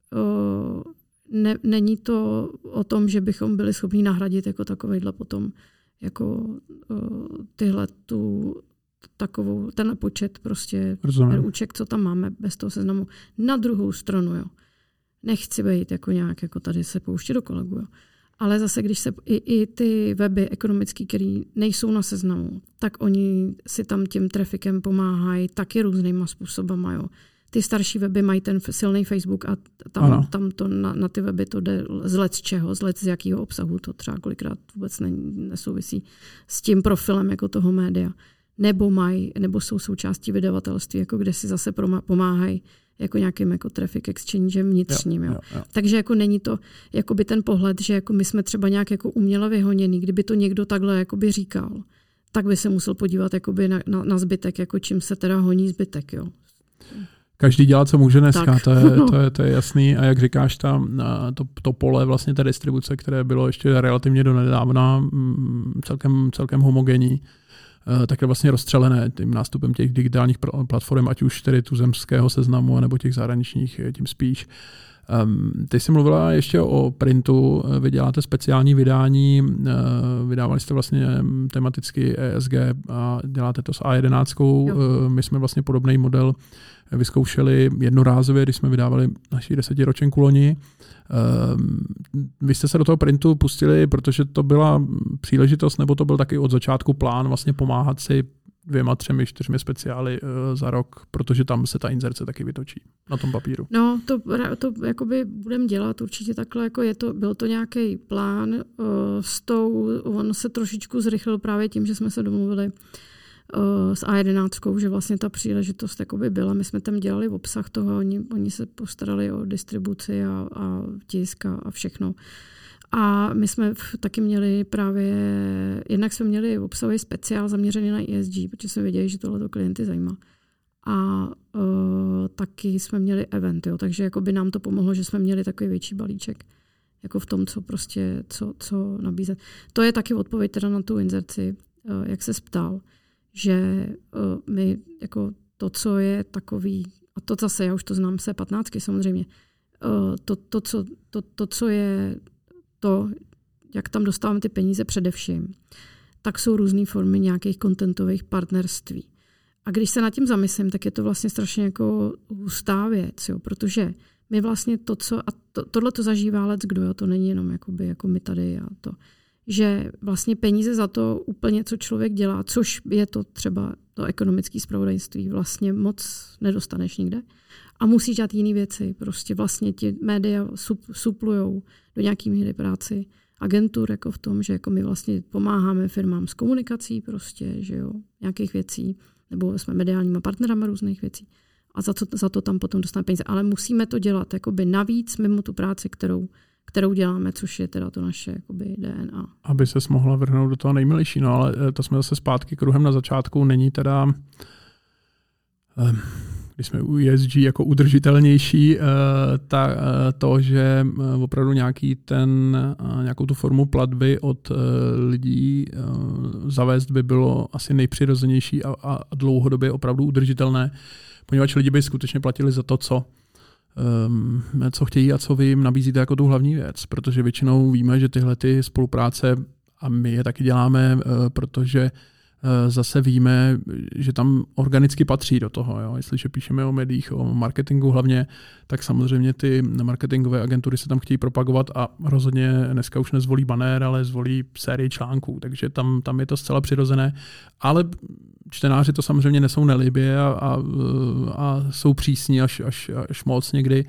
[SPEAKER 2] uh, ne, není to o tom, že bychom byli schopni nahradit jako takovejhle potom jako uh, tyhle tu takovou, ten počet prostě růček, co tam máme bez toho seznamu. Na druhou stranu, jo. Nechci být jako nějak jako tady se pouštět do kolegu, jo. Ale zase, když se i, i ty weby ekonomický, které nejsou na seznamu, tak oni si tam tím trafikem pomáhají taky různýma způsobama. Jo. Ty starší weby mají ten silný Facebook a tam, tam to na, na ty weby to jde z let z čeho, z let z jakého obsahu, to třeba kolikrát vůbec ne, nesouvisí s tím profilem jako toho média. Nebo mají, nebo jsou součástí vydavatelství, jako kde si zase pomáhají jako nějakým jako traffic exchange vnitřním. Jo, jo. Jo, jo. Takže jako není to jakoby ten pohled, že jako my jsme třeba nějak jako uměle vyhoněný. Kdyby to někdo takhle jakoby říkal, tak by se musel podívat jakoby na, na, na zbytek, jako čím se teda honí zbytek. Jo.
[SPEAKER 1] Každý dělá, co může dneska, to je, to, je, to je jasný. A jak říkáš, ta, to, to pole vlastně té distribuce, které bylo ještě relativně donedávna celkem, celkem homogenní, tak je vlastně rozstřelené tím nástupem těch digitálních platform, ať už tedy tuzemského seznamu, nebo těch zahraničních, tím spíš. Ty jsi mluvila ještě o printu, vy děláte speciální vydání, vydávali jste vlastně tematicky E S G a děláte to s A jedenáct. Jo. My jsme vlastně podobný model vyzkoušeli jednorázově, když jsme vydávali naši desetiročenku loni. Vy jste se do toho printu pustili, protože to byla příležitost, nebo to byl taky od začátku plán vlastně pomáhat si dvěma, třemi, čtyřmi speciály za rok, protože tam se ta inzerce taky vytočí na tom papíru.
[SPEAKER 2] No, to, to jakoby budeme dělat určitě takhle, jako je to, byl to nějaký plán uh, s tou, on se trošičku zrychlil právě tím, že jsme se domluvili uh, s A jedenáct, že vlastně ta příležitost jakoby byla. My jsme tam dělali obsah toho, oni, oni se postarali o distribuci a, a tisk a, a všechno. A my jsme taky měli právě, jednak jsme měli obsahový speciál zaměřený na E S G, protože jsme věděli, že tohle klienty zajímá. A uh, taky jsme měli event, jo, takže jako by nám to pomohlo, že jsme měli takový větší balíček jako v tom, co prostě, co, co nabízet. To je taky odpověď teda na tu inzerci, uh, jak se ptal, že uh, my jako to, co je takový, a to zase, já už to znám se patnáctky samozřejmě, uh, to, to, co, to, to, co je to, jak tam dostáváme ty peníze především, tak jsou různé formy nějakých kontentových partnerství. A když se nad tím zamyslím, tak je to vlastně strašně jako hustá věc, jo, protože my vlastně to, co, a to, tohle to zažívá lec kdo, jo, to není jenom jakoby, jako my tady a to, že vlastně peníze za to úplně, co člověk dělá, což je to třeba to ekonomické zpravodajství, vlastně moc nedostaneš nikde. A musíš dělat jiné věci. Prostě vlastně ti média suplujou do nějaký míry práci agentur jako v tom, že jako my vlastně pomáháme firmám s komunikací prostě, že jo, nějakých věcí, nebo jsme mediálníma partnerama různých věcí. A za, co, za to tam potom dostaneme peníze. Ale musíme to dělat jakoby navíc mimo tu práci, kterou, kterou děláme, což je teda to naše jakoby D N A. Aby
[SPEAKER 1] ses mohla vrhnout do toho nejmilejší, no ale to jsme zase zpátky kruhem na začátku, není teda... Um... když jsme u E S G jako udržitelnější, tak to, že opravdu nějaký ten, nějakou tu formu platby od lidí zavést by bylo asi nejpřirozenější a, a dlouhodobě opravdu udržitelné, poněvadž lidi by skutečně platili za to, co, co chtějí a co vy jim nabízíte jako tu hlavní věc, protože většinou víme, že tyhle ty spolupráce, a my je taky děláme, protože zase víme, že tam organicky patří do toho. Jo. Jestliže píšeme o médiích, o marketingu hlavně, tak samozřejmě ty marketingové agentury se tam chtějí propagovat a rozhodně dneska už nezvolí bannér, ale zvolí sérii článků, takže tam, tam je to zcela přirozené. Ale čtenáři to samozřejmě nesou nelibě a, a, a jsou přísní až, až, až moc někdy,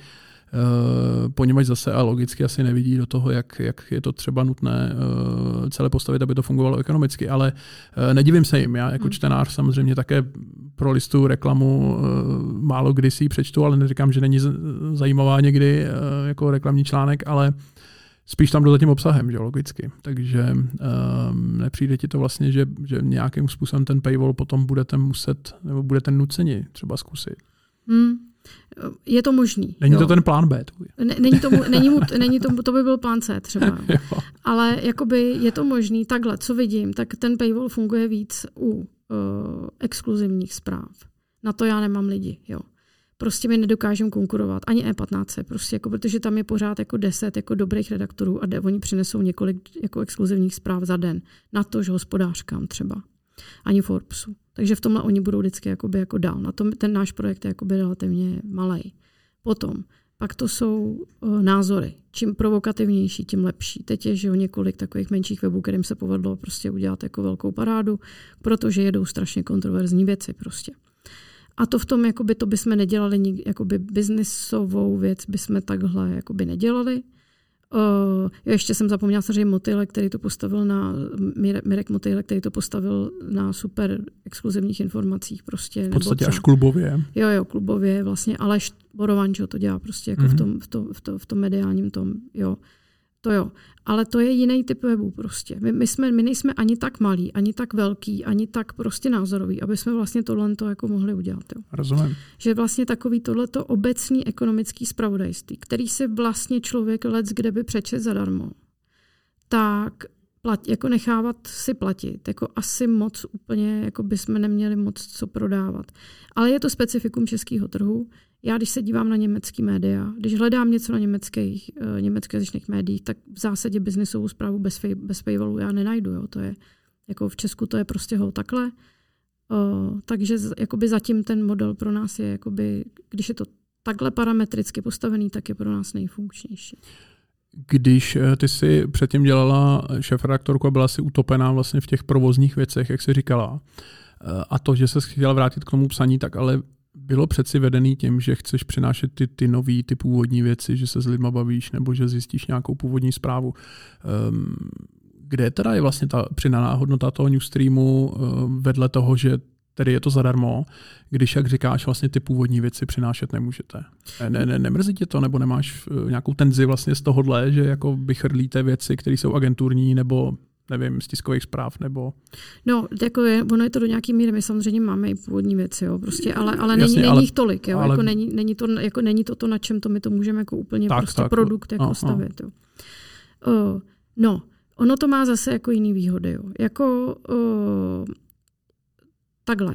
[SPEAKER 1] poněvadž zase a logicky asi nevidí do toho, jak, jak je to třeba nutné celé postavit, aby to fungovalo ekonomicky, ale nedivím se jim. Já jako čtenář samozřejmě také pro listu reklamu málo kdy si ji přečtu, ale neříkám, že není zajímavá někdy jako reklamní článek, ale spíš tam jdu za tím obsahem, že logicky. Takže um, nepřijde ti to vlastně, že, že nějakým způsobem ten paywall potom budete muset, nebo budete nuceni třeba zkusit.
[SPEAKER 2] Hmm. Je to možný.
[SPEAKER 1] Není
[SPEAKER 2] jo.
[SPEAKER 1] to ten plán B?
[SPEAKER 2] Ne, není to, není mu, není to, to by byl plán C třeba. Ale jakoby je to možný. Takhle, co vidím, tak ten paywall funguje víc u uh, exkluzivních zpráv. Na to já nemám lidi. Jo. Prostě mi nedokážem konkurovat. Ani E patnáct, prostě jako, protože tam je pořád jako deset jako dobrých redaktorů a de, oni přinesou několik jako exkluzivních zpráv za den. Na to, že hospodářkám třeba. Ani Forbesu. Takže v tomhle oni budou vždycky jakoby jako dál. Na tom ten náš projekt je jakoby relativně malej. Potom, pak to jsou uh, názory. Čím provokativnější, tím lepší. Teď je, že jo, několik takových menších webů, kterým se povedlo prostě udělat jako velkou parádu, protože jedou strašně kontroverzní věci prostě. A to v tom, jakoby to bychom nedělali, nikdy, jakoby biznisovou věc bychom takhle jakoby nedělali. Uh, jo, ještě jsem zapomněla samozřejmě Motyle, který to postavil na Mirek Motyle, který to postavil na super exkluzivních informacích prostě.
[SPEAKER 1] V podstatě až klubově.
[SPEAKER 2] Jo, jo, klubově vlastně, Aleš Borovan, to dělá prostě jako mm-hmm. v, tom, v, to, v, to, v tom mediálním tom, jo. To jo, ale to je jiný typ webu prostě. My, my, jsme, my nejsme ani tak malí, ani tak velký, ani tak prostě názorový, aby jsme vlastně tohle to jako mohli udělat. Jo.
[SPEAKER 1] Rozumím.
[SPEAKER 2] Že vlastně takový tohleto obecný ekonomický zpravodajství, který si vlastně člověk lec kde by přečet zadarmo, tak plat, jako nechávat si platit, jako asi moc úplně, jako bychom neměli moc co prodávat. Ale je to specifikum českého trhu. Já, když se dívám na německý média, když hledám něco na německých, uh, německojazyčných médiích, tak v zásadě biznisovou zprávu bez, fej, bez paywallu já nenajdu. Jo. To je, jako v Česku to je prostě ho takhle. Uh, takže z, jakoby zatím ten model pro nás je, jakoby, když je to takhle parametricky postavený, tak je pro nás nejfunkčnější.
[SPEAKER 1] Když ty jsi předtím dělala šéfredaktorku a byla si utopená vlastně v těch provozních věcech, jak jsi říkala, a to, že se chtěla vrátit k tomu psaní, tak ale bylo přeci vedený tím, že chceš přinášet ty, ty nový, ty původní věci, že se s lidma bavíš nebo že zjistíš nějakou původní zprávu. Um, kde teda je vlastně ta přidaná hodnota toho newsstreamu um, vedle toho, že tedy je to zadarmo, když, jak říkáš, vlastně ty původní věci přinášet nemůžete. Ne, ne, nemrzí tě to, nebo nemáš nějakou tenzi vlastně z tohohle, že jako vychrlíte věci, které jsou agenturní, nebo nevím, z tiskových zpráv, nebo...
[SPEAKER 2] No, jako je, ono je to do nějaký míry, my samozřejmě máme i původní věci, jo, prostě, ale, ale není,
[SPEAKER 1] Jasně,
[SPEAKER 2] není
[SPEAKER 1] ale,
[SPEAKER 2] jich tolik, jo,
[SPEAKER 1] ale...
[SPEAKER 2] jako není, není, to, jako není to to, na čem to my to můžeme jako úplně tak, prostě tak, produkt jako no, stavět, jo. Uh, no, ono to má zase jako jiný výhody, jo. Jako uh, takhle.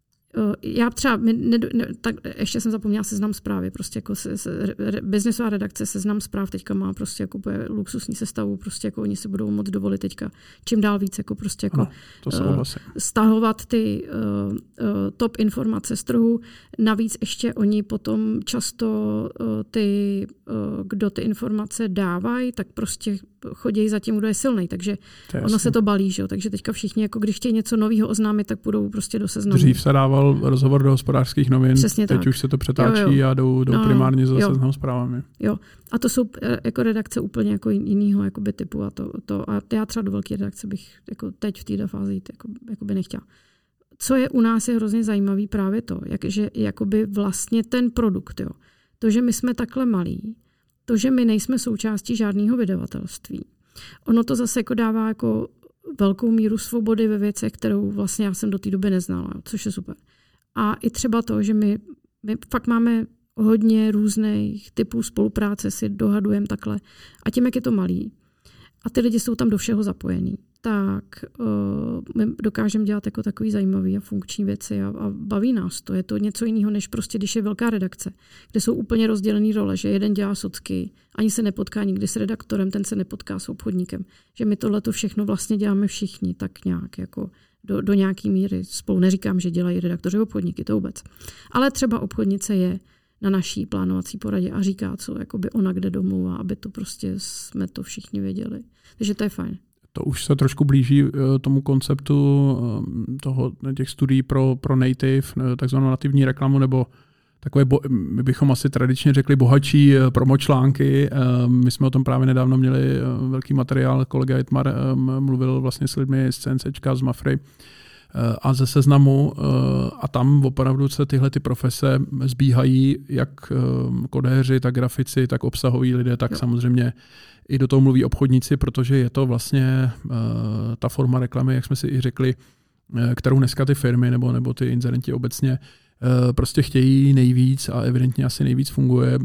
[SPEAKER 2] Já třeba, ne, ne, tak ještě jsem zapomněla seznam zprávy, prostě jako se, se, re, biznesová redakce seznam zpráv teďka má prostě jako luxusní sestavu, prostě jako oni si budou moct dovolit teďka čím dál víc jako prostě jako
[SPEAKER 1] no, to uh,
[SPEAKER 2] stahovat ty uh, uh, top informace z trhu. Navíc ještě oni potom často uh, ty, uh, kdo ty informace dávají, tak prostě chodí za tím, kdo je silný, takže ono jasný. Se to balí, že jo? Takže teďka všichni, jako když chtějí něco nového oznámit, tak půjdou prostě do seznamu.
[SPEAKER 1] Dřív se dával rozhovor do Hospodářských novin,
[SPEAKER 2] přesně
[SPEAKER 1] teď
[SPEAKER 2] tak.
[SPEAKER 1] už se to přetáčí jo, jo. a jdou, jdou no, primárně za seznam zprávami.
[SPEAKER 2] Jo, a to jsou jako redakce úplně jako jinýho jakoby typu a to, to a já třeba do velké redakce bych jako teď v této fázi jít jako, jakoby nechtěla. Co je u nás je hrozně zajímavý právě to, jak, že jakoby vlastně ten produkt, jo. To, že my jsme takhle malí, to, že my nejsme součástí žádného vydavatelství. Ono to zase jako dává jako velkou míru svobody ve věcech, kterou vlastně já jsem do té doby neznala, což je super. A i třeba to, že my, my fakt máme hodně různých typů spolupráce, si dohadujeme takhle. A tím, jak je to malý, a ty lidi jsou tam do všeho zapojení, tak uh, my dokážeme dělat jako takový zajímavý a funkční věci a, a baví nás to. Je to něco jiného, než prostě, když je velká redakce, kde jsou úplně rozdělené role, že jeden dělá socky, ani se nepotká nikdy s redaktorem, ten se nepotká s obchodníkem. Že my tohleto všechno vlastně děláme všichni tak nějak jako do, do nějaký míry spolu. Neříkám, že dělají redaktoři obchodníky, to vůbec. Ale třeba obchodnice je na naší plánovací poradě a říká, co jakoby ona kde domluvá, aby to prostě jsme to všichni věděli. Takže to je fajn.
[SPEAKER 1] To už se trošku blíží tomu konceptu toho, těch studií pro, pro native, takzvanou nativní reklamu, nebo takové, bo, my bychom asi tradičně řekli bohatší promočlánky. My jsme o tom právě nedávno měli velký materiál, kolega Jitmar mluvil vlastně s lidmi z CNCčka, z Mafry a ze Seznamu a tam opravdu se tyhle ty profese zbíhají, jak kodéři, tak grafici, tak obsahoví lidé, tak jo. Samozřejmě i do toho mluví obchodníci, protože je to vlastně ta forma reklamy, jak jsme si i řekli, kterou dneska ty firmy nebo, nebo ty inzerenti obecně prostě chtějí nejvíc a evidentně asi nejvíc funguje.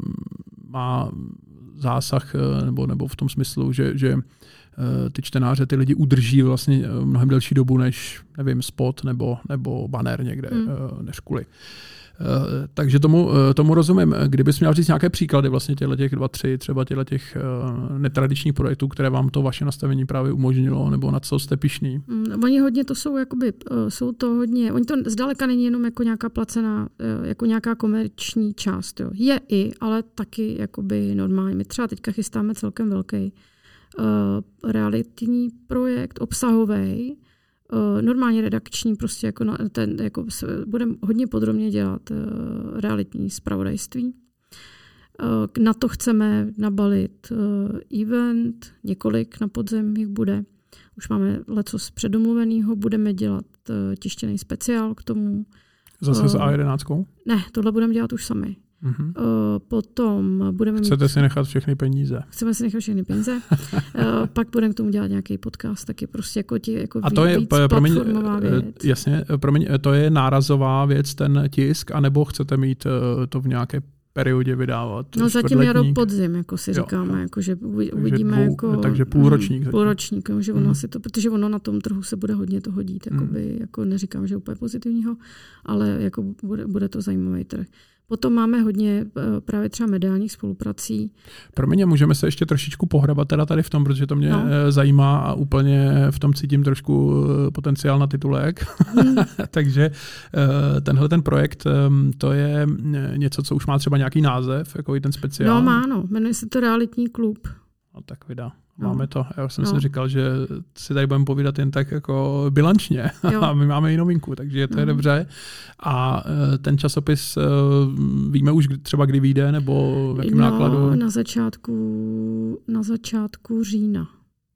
[SPEAKER 1] Má zásah nebo, nebo v tom smyslu, že, že ty čtenáře, ty lidi udrží vlastně mnohem delší dobu než, nevím, spot nebo, nebo banner někde, hmm. než kvůli. Takže tomu, tomu rozumím. Kdybys měl říct nějaké příklady vlastně těchto těch dva, tři, třeba těchto těch netradičních projektů, které vám to vaše nastavení právě umožnilo, nebo na co jste pyšný?
[SPEAKER 2] Mm, oni hodně to jsou, jakoby, jsou to hodně, oni to zdaleka není jenom jako nějaká placená, jako nějaká komerční část. Jo. Je i, ale taky jakoby normálně. My třeba teďka chystáme celkem velký uh, realitní projekt, obsahový, Uh, normálně redakční, prostě jako, na, ten, jako budeme hodně podrobně dělat uh, realitní zpravodajství. Uh, na to chceme nabalit uh, event, několik na podzim jich bude. Už máme lecos předomluvenýho, budeme dělat uh, tištěný speciál k tomu.
[SPEAKER 1] Zase uh, s A jedenáct?
[SPEAKER 2] Ne, tohle budeme dělat už sami. Uh-huh. Uh, potom budeme
[SPEAKER 1] Chcete
[SPEAKER 2] mít,
[SPEAKER 1] si nechat všechny peníze.
[SPEAKER 2] Chceme si nechat všechny peníze. uh, pak budeme k tomu dělat nějaký podcast, taky prostě jako, tí, jako
[SPEAKER 1] a to je,
[SPEAKER 2] víc
[SPEAKER 1] promiň,
[SPEAKER 2] platformová věc.
[SPEAKER 1] Jasně, promiň, to je nárazová věc, ten tisk, anebo chcete mít uh, to v nějaké periodě vydávat?
[SPEAKER 2] No zatím jaro podzim, jako si říkáme, jo, jo. Jako, že uvidíme.
[SPEAKER 1] Takže,
[SPEAKER 2] dvou,
[SPEAKER 1] jako, takže půlročník.
[SPEAKER 2] Půlročník, že ono mm. si to, protože ono na tom trhu se bude hodně toho dít. Jakoby, mm. jako neříkám, že úplně pozitivního, ale jako bude, bude to zajímavý trh. Potom máme hodně právě třeba mediálních spoluprací.
[SPEAKER 1] Pro mě můžeme se ještě trošičku pohrabat teda tady v tom, protože to mě no. zajímá a úplně v tom cítím trošku potenciál na titulek. Hmm. Takže tenhle ten projekt, to je něco, co už má třeba nějaký název, jako i ten speciál.
[SPEAKER 2] No má, no. Jmenuje se to Realitní klub.
[SPEAKER 1] No tak vydá. Máme to. Já jsem no. si říkal, že si tady budeme povídat jen tak jako bilančně. A my máme i novinku, takže to je no. dobře. A ten časopis víme už třeba kdy vyjde, nebo v jakém
[SPEAKER 2] no,
[SPEAKER 1] nákladu?
[SPEAKER 2] Na začátku, na začátku října.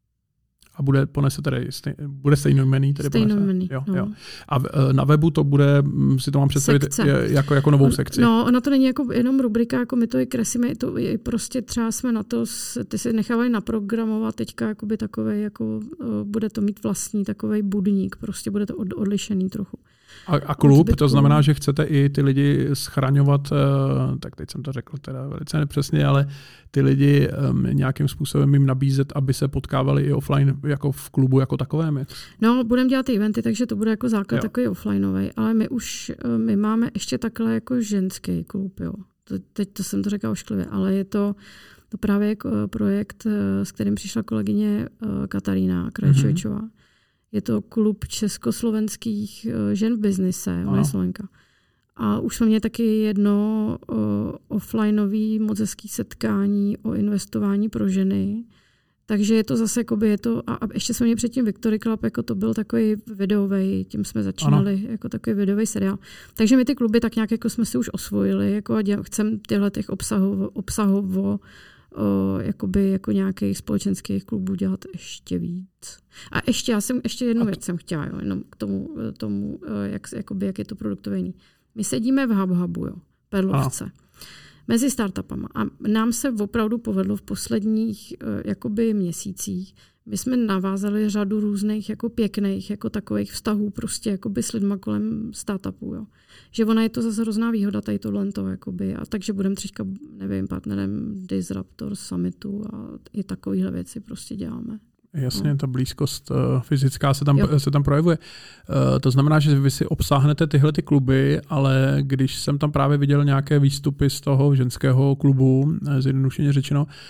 [SPEAKER 1] A bude ponese tady, stej, bude stejnojmenný?
[SPEAKER 2] Stejnojmenný,
[SPEAKER 1] jo,
[SPEAKER 2] no.
[SPEAKER 1] jo. A na webu to bude, si to mám představit, jako, jako novou sekci?
[SPEAKER 2] No, ona to není jako jenom rubrika, jako my to i kreslíme, to je prostě třeba jsme na to, ty si nechávají naprogramovat teďka jakoby takovej, jako bude to mít vlastní takovej budník, prostě bude to od, odlišený trochu.
[SPEAKER 1] A, a klub, to znamená, že chcete i ty lidi schraňovat, tak teď jsem to řekl teda velice nepřesně, ale ty lidi um, nějakým způsobem jim nabízet, aby se potkávali i offline jako v klubu jako takovém?
[SPEAKER 2] No, budeme dělat ty eventy, takže to bude jako základ jo. takový offlineový, ale my už my máme ještě takhle jako ženský klub, jo. To, teď to jsem to řekla ošklivě, ale je to, to právě jako projekt, s kterým přišla kolegyně Katarína Krajčovičová. Mm-hmm. Je to klub československých žen v biznise, ona je Slovenka. A už jsme měli taky jedno uh, offlineový moc hezký setkání o investování pro ženy. Takže je to zase, jakoby je to, a, a ještě jsme měli předtím Victory Club, jako to byl takový videový, tím jsme začínali, ano. jako takový videový seriál. Takže my ty kluby tak nějak jako jsme si už osvojili, jako a děl, chceme tyhle těch obsahovo, obsahovo O, jakoby jako nějakých společenských klubů dělat ještě víc. A ještě, já jsem ještě jednu věc jsem chtěla, jo, jenom k tomu, tomu jak, jakoby, jak je to produktový. My sedíme v HubHubu, jo, Perlovce, a. mezi startupama a nám se opravdu povedlo v posledních jakoby měsících. My jsme navázali řadu různých jako pěkných jako takových vztahů prostě jakoby s lidma kolem startupů, jo. Že ona je to zase hrozná výhoda tady tohle to, jakoby, a takže budeme teďka, nevím, partnerem Disruptor Summitu a i takovéhle věci prostě děláme.
[SPEAKER 1] Jasně, no. Ta blízkost uh, fyzická se tam, se tam projevuje. Uh, to znamená, že vy si obsáhnete tyhle ty kluby, ale když jsem tam právě viděl nějaké výstupy z toho ženského klubu, zjednodušeně řečeno,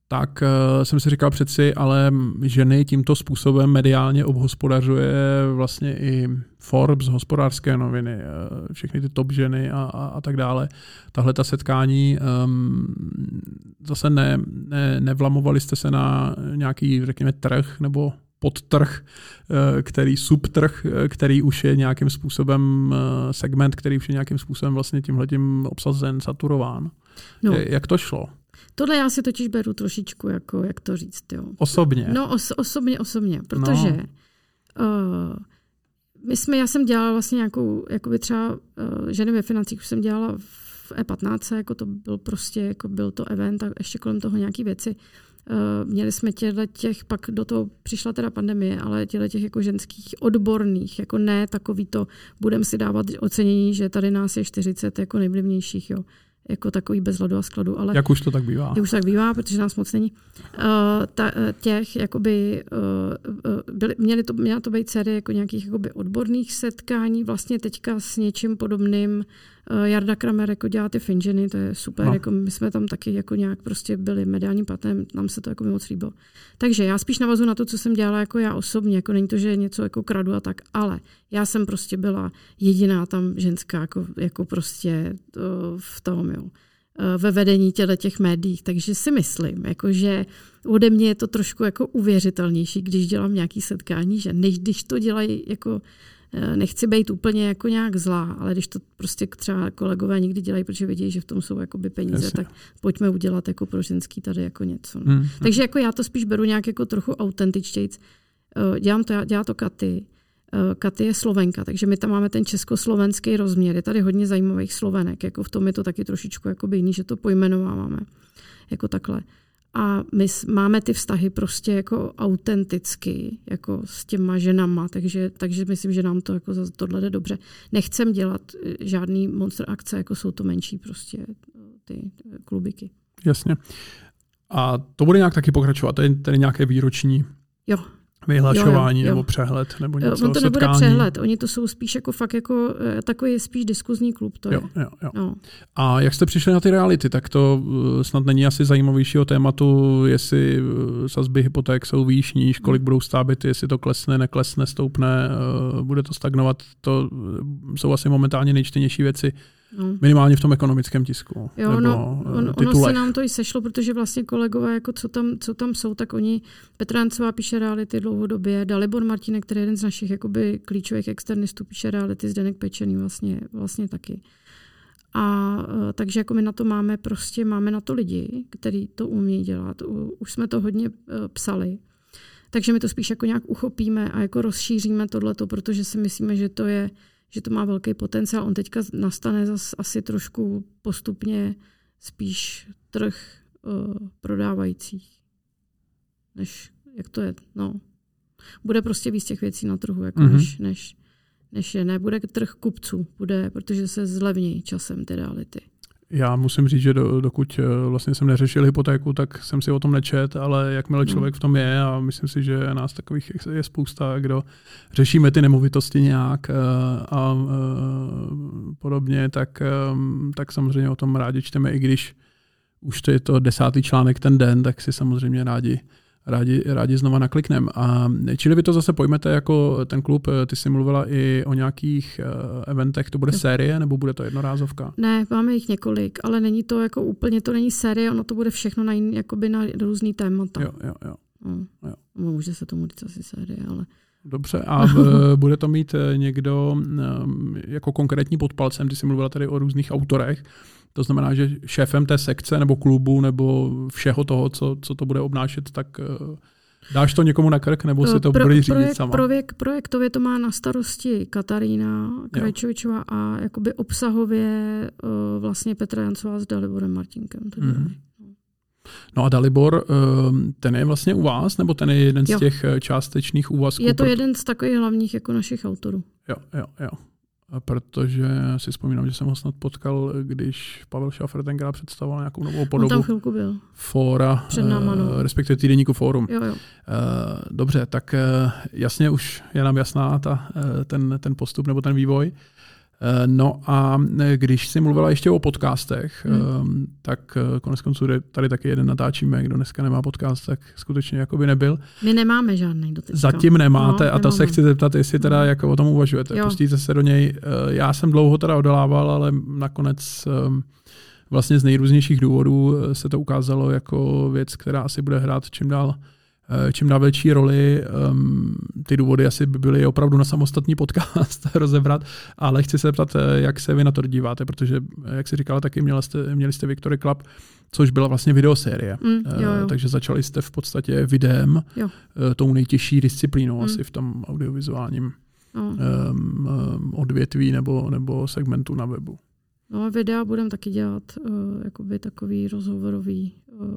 [SPEAKER 1] tak uh, jsem si říkal přeci, ale ženy tímto způsobem mediálně obhospodařuje vlastně i Forbes, Hospodářské noviny, uh, všechny ty top ženy a, a, a tak dále. Tahle ta setkání, um, zase ne, ne, nevlamovali jste se na nějaký, řekněme, trh nebo podtrh, který subtrh, který už je nějakým způsobem segment, který už je nějakým způsobem vlastně tímhletím obsazen, saturován. No. Jak to šlo?
[SPEAKER 2] Tohle já si totiž beru trošičku, jako, jak to říct. Jo.
[SPEAKER 1] Osobně?
[SPEAKER 2] No os, osobně, osobně, protože no. uh, my jsme, já jsem dělala vlastně nějakou, jakoby třeba uh, ženy ve financích, už jsem dělala v E patnáct, jako to byl prostě, jako byl to event a ještě kolem toho nějaký věci. Uh, měli jsme těchto těch, pak do toho přišla teda pandemie, ale těchto těch jako ženských odborných, jako ne takový to, budeme si dávat ocenění, že tady nás je čtyřicet jako nejvlivnějších, jo. Jako takový bez hladu a skladu. Ale
[SPEAKER 1] jak už to tak bývá.
[SPEAKER 2] Jak už tak bývá, protože nás moc není. Uh, ta, těch, jakoby, uh, byly, měly to, měla to být série jako nějakých jakoby odborných setkání, vlastně teďka s něčím podobným. Uh, Jarda Kramer jako dělá ty finženy, to je super. No. Jako my jsme tam taky jako nějak prostě byli mediálním partnerem, nám se to jako moc líbilo. Takže já spíš navazu na to, co jsem dělala jako já osobně, jako není to, že něco jako kradu a tak, ale já jsem prostě byla jediná tam ženská, jako, jako prostě uh, v tom, jo. Ve vedení těch médií, takže si myslím, jako, že ode mě je to trošku jako uvěřitelnější, když dělám nějaké setkání, že než když to dělají, jako, nechci být úplně jako nějak zlá, ale když to prostě třeba kolegové někdy dělají, protože vědí, že v tom jsou jakoby peníze, Jasně. tak pojďme udělat jako pro ženský tady jako něco. No. Hmm. Takže jako já to spíš beru nějak jako trochu autentičtějc. Dělám to, dělá to Katy. Katy je Slovenka, takže my tam máme ten československý rozměr. Je tady hodně zajímavých Slovenek, jako v tom je to taky trošičku jakoby jiný, že to pojmenováváme jako takhle. A my máme ty vztahy prostě jako autenticky, jako s těma ženama, takže, takže myslím, že nám to jako za tohle jde dobře. Nechcem dělat žádný monster akce, jako jsou to menší prostě ty klubiky.
[SPEAKER 1] Jasně. A to bude nějak taky pokračovat? To je tady nějaké výroční?
[SPEAKER 2] Jo.
[SPEAKER 1] Vyhlašování
[SPEAKER 2] jo, jo, jo.
[SPEAKER 1] nebo přehled nebo něco.
[SPEAKER 2] On to nebude
[SPEAKER 1] setkání.
[SPEAKER 2] Přehled, oni to jsou spíš jako fakt jako takový spíš diskuzní klub. To
[SPEAKER 1] jo,
[SPEAKER 2] je.
[SPEAKER 1] Jo, jo.
[SPEAKER 2] No.
[SPEAKER 1] A jak jste přišli na ty reality, tak to snad není asi zajímavějšího tématu, jestli sazby hypoték jsou výš, níž, kolik budou stát byty, jestli to klesne, neklesne, stoupne, bude to stagnovat. To jsou asi momentálně nejčtenější věci. No. Minimálně v tom ekonomickém tisku.
[SPEAKER 2] Jo,
[SPEAKER 1] nebo
[SPEAKER 2] no, on, ono se nám to i sešlo, protože vlastně kolegové, jako co, tam, co tam jsou, tak oni, Petra Hancová píše reality dlouhodobě, Dalibor Martínek, který je jeden z našich jakoby, klíčových externistů, píše reality, Zdeněk Pečený vlastně, vlastně taky. A takže jako my na to máme prostě, máme na to lidi, kteří to umí dělat. Už jsme to hodně psali. Takže my to spíš jako nějak uchopíme a jako rozšíříme tohleto, protože si myslíme, že to je že to má velký potenciál. On teďka nastane zase asi trošku postupně spíš trh uh, prodávajících, než jak to je. No. Bude prostě víc těch věcí na trhu, jako mm-hmm. než, než, než je. Nebude trh kupců, bude, protože se zlevní časem ty reality. Já
[SPEAKER 1] musím říct, že do, dokud vlastně jsem neřešil hypotéku, tak jsem si o tom nečet, ale jakmile člověk v tom je, a myslím si, že nás takových je spousta, kdo řešíme ty nemovitosti nějak a, a podobně, tak, tak samozřejmě o tom rádi čteme, i když už to je to desátý článek ten den, tak si samozřejmě rádi Rádi, rádi znova naklikneme. A čili vy to zase pojmete jako ten klub, ty jsi mluvila i o nějakých uh, eventech, to bude série nebo bude to jednorázovka?
[SPEAKER 2] Ne, máme jich několik, ale není to jako úplně, to není série, ono to bude všechno na, jiný, jakoby na různý témata.
[SPEAKER 1] Jo, jo, jo.
[SPEAKER 2] No.
[SPEAKER 1] jo.
[SPEAKER 2] Může se tomu říct asi série, ale...
[SPEAKER 1] Dobře, a v, bude to mít někdo um, jako konkrétní pod palcem, ty jsi mluvila tady o různých autorech, to znamená, že šéfem té sekce nebo klubu nebo všeho toho, co, co to bude obnášet, tak uh, dáš to někomu na krk nebo si to Pro, budeš řídit
[SPEAKER 2] projekt,
[SPEAKER 1] sama?
[SPEAKER 2] Projekt, projektově to má na starosti Katarína Krajčovičová a jakoby obsahově uh, vlastně Petra Jancová s Daliborem Martínkem. Mm.
[SPEAKER 1] No a Dalibor, ten je vlastně u vás, nebo ten je jeden jo. z těch částečných úvazků?
[SPEAKER 2] Je to proto... jeden z takových hlavních jako našich autorů.
[SPEAKER 1] Jo, jo, jo. Protože si vzpomínám, že jsem ho snad potkal, když Pavel Šafr tenkrát představoval nějakou novou podobu.
[SPEAKER 2] On tam chvilku byl.
[SPEAKER 1] Fóra,
[SPEAKER 2] Před náma, no.
[SPEAKER 1] respektive týdeníku Fórum.
[SPEAKER 2] Jo, jo.
[SPEAKER 1] Dobře, tak jasně už je nám jasná ta, ten, ten postup nebo ten vývoj. No a když jsi mluvila ještě o podcastech, hmm. tak konec konců tady taky jeden natáčíme, kdo dneska nemá podcast, tak skutečně jako by nebyl.
[SPEAKER 2] My nemáme žádný doteďka.
[SPEAKER 1] Zatím nemáte no, a to se chci zeptat, jestli teda no. jako o tom uvažujete. Jo. Pustíte se do něj. Já jsem dlouho teda odolával, ale nakonec vlastně z nejrůznějších důvodů se to ukázalo jako věc, která asi bude hrát čím dál čím dál větší roli. Um, ty důvody asi by byly opravdu na samostatný podcast rozebrat, ale chci se zeptat, jak se vy na to díváte, protože, jak jsi říkala, taky měli jste, měli jste Victory Club, což byla vlastně videosérie. Mm, jo, jo. Uh, takže začali jste v podstatě videem, jo. Uh, tou nejtěžší disciplínou mm. asi v tom audiovizuálním no. um, um, odvětví nebo, nebo segmentu na webu.
[SPEAKER 2] No videa budeme taky dělat uh, jakoby takový rozhovorový uh,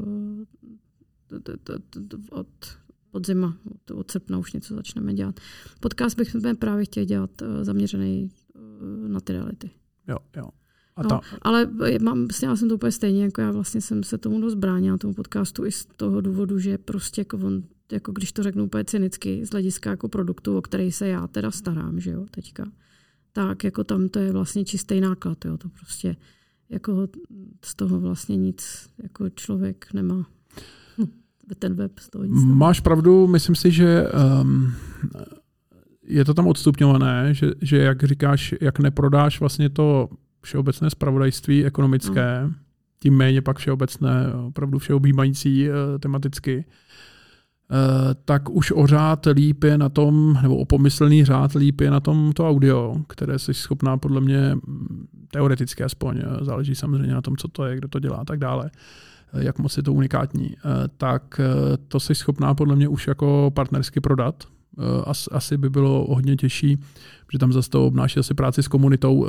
[SPEAKER 2] od podzima, od srpna už něco začneme dělat. Podcast bychom právě chtěli dělat zaměřený na ty reality.
[SPEAKER 1] Jo, jo.
[SPEAKER 2] A ta... no, ale mám, já jsem to úplně stejně, jako já vlastně jsem se tomu dost bránila, tomu podcastu i z toho důvodu, že prostě jako on, jako když to řeknu úplně cynicky, z hlediska jako produktu, o který se já teda starám, že jo, teďka, tak jako tam to je vlastně čistý náklad, jo, to prostě jako z toho vlastně nic jako člověk nemá. Ten web stojí.
[SPEAKER 1] Máš pravdu, myslím si, že um, je to tam odstupňované, že, že jak říkáš, jak neprodáš vlastně to všeobecné zpravodajství ekonomické, no. tím méně pak všeobecné, opravdu všeobjímající uh, tematicky, uh, tak už o řád líp je na tom, nebo o pomyslný řád líp je na tom to audio, které jsi schopná podle mě teoreticky aspoň, záleží samozřejmě na tom, co to je, kdo to dělá a tak dále, jak moc je to unikátní, tak to jsi schopná podle mě už jako partnersky prodat. As, asi by bylo hodně těžší, protože tam zase to obnáší asi práci s komunitou,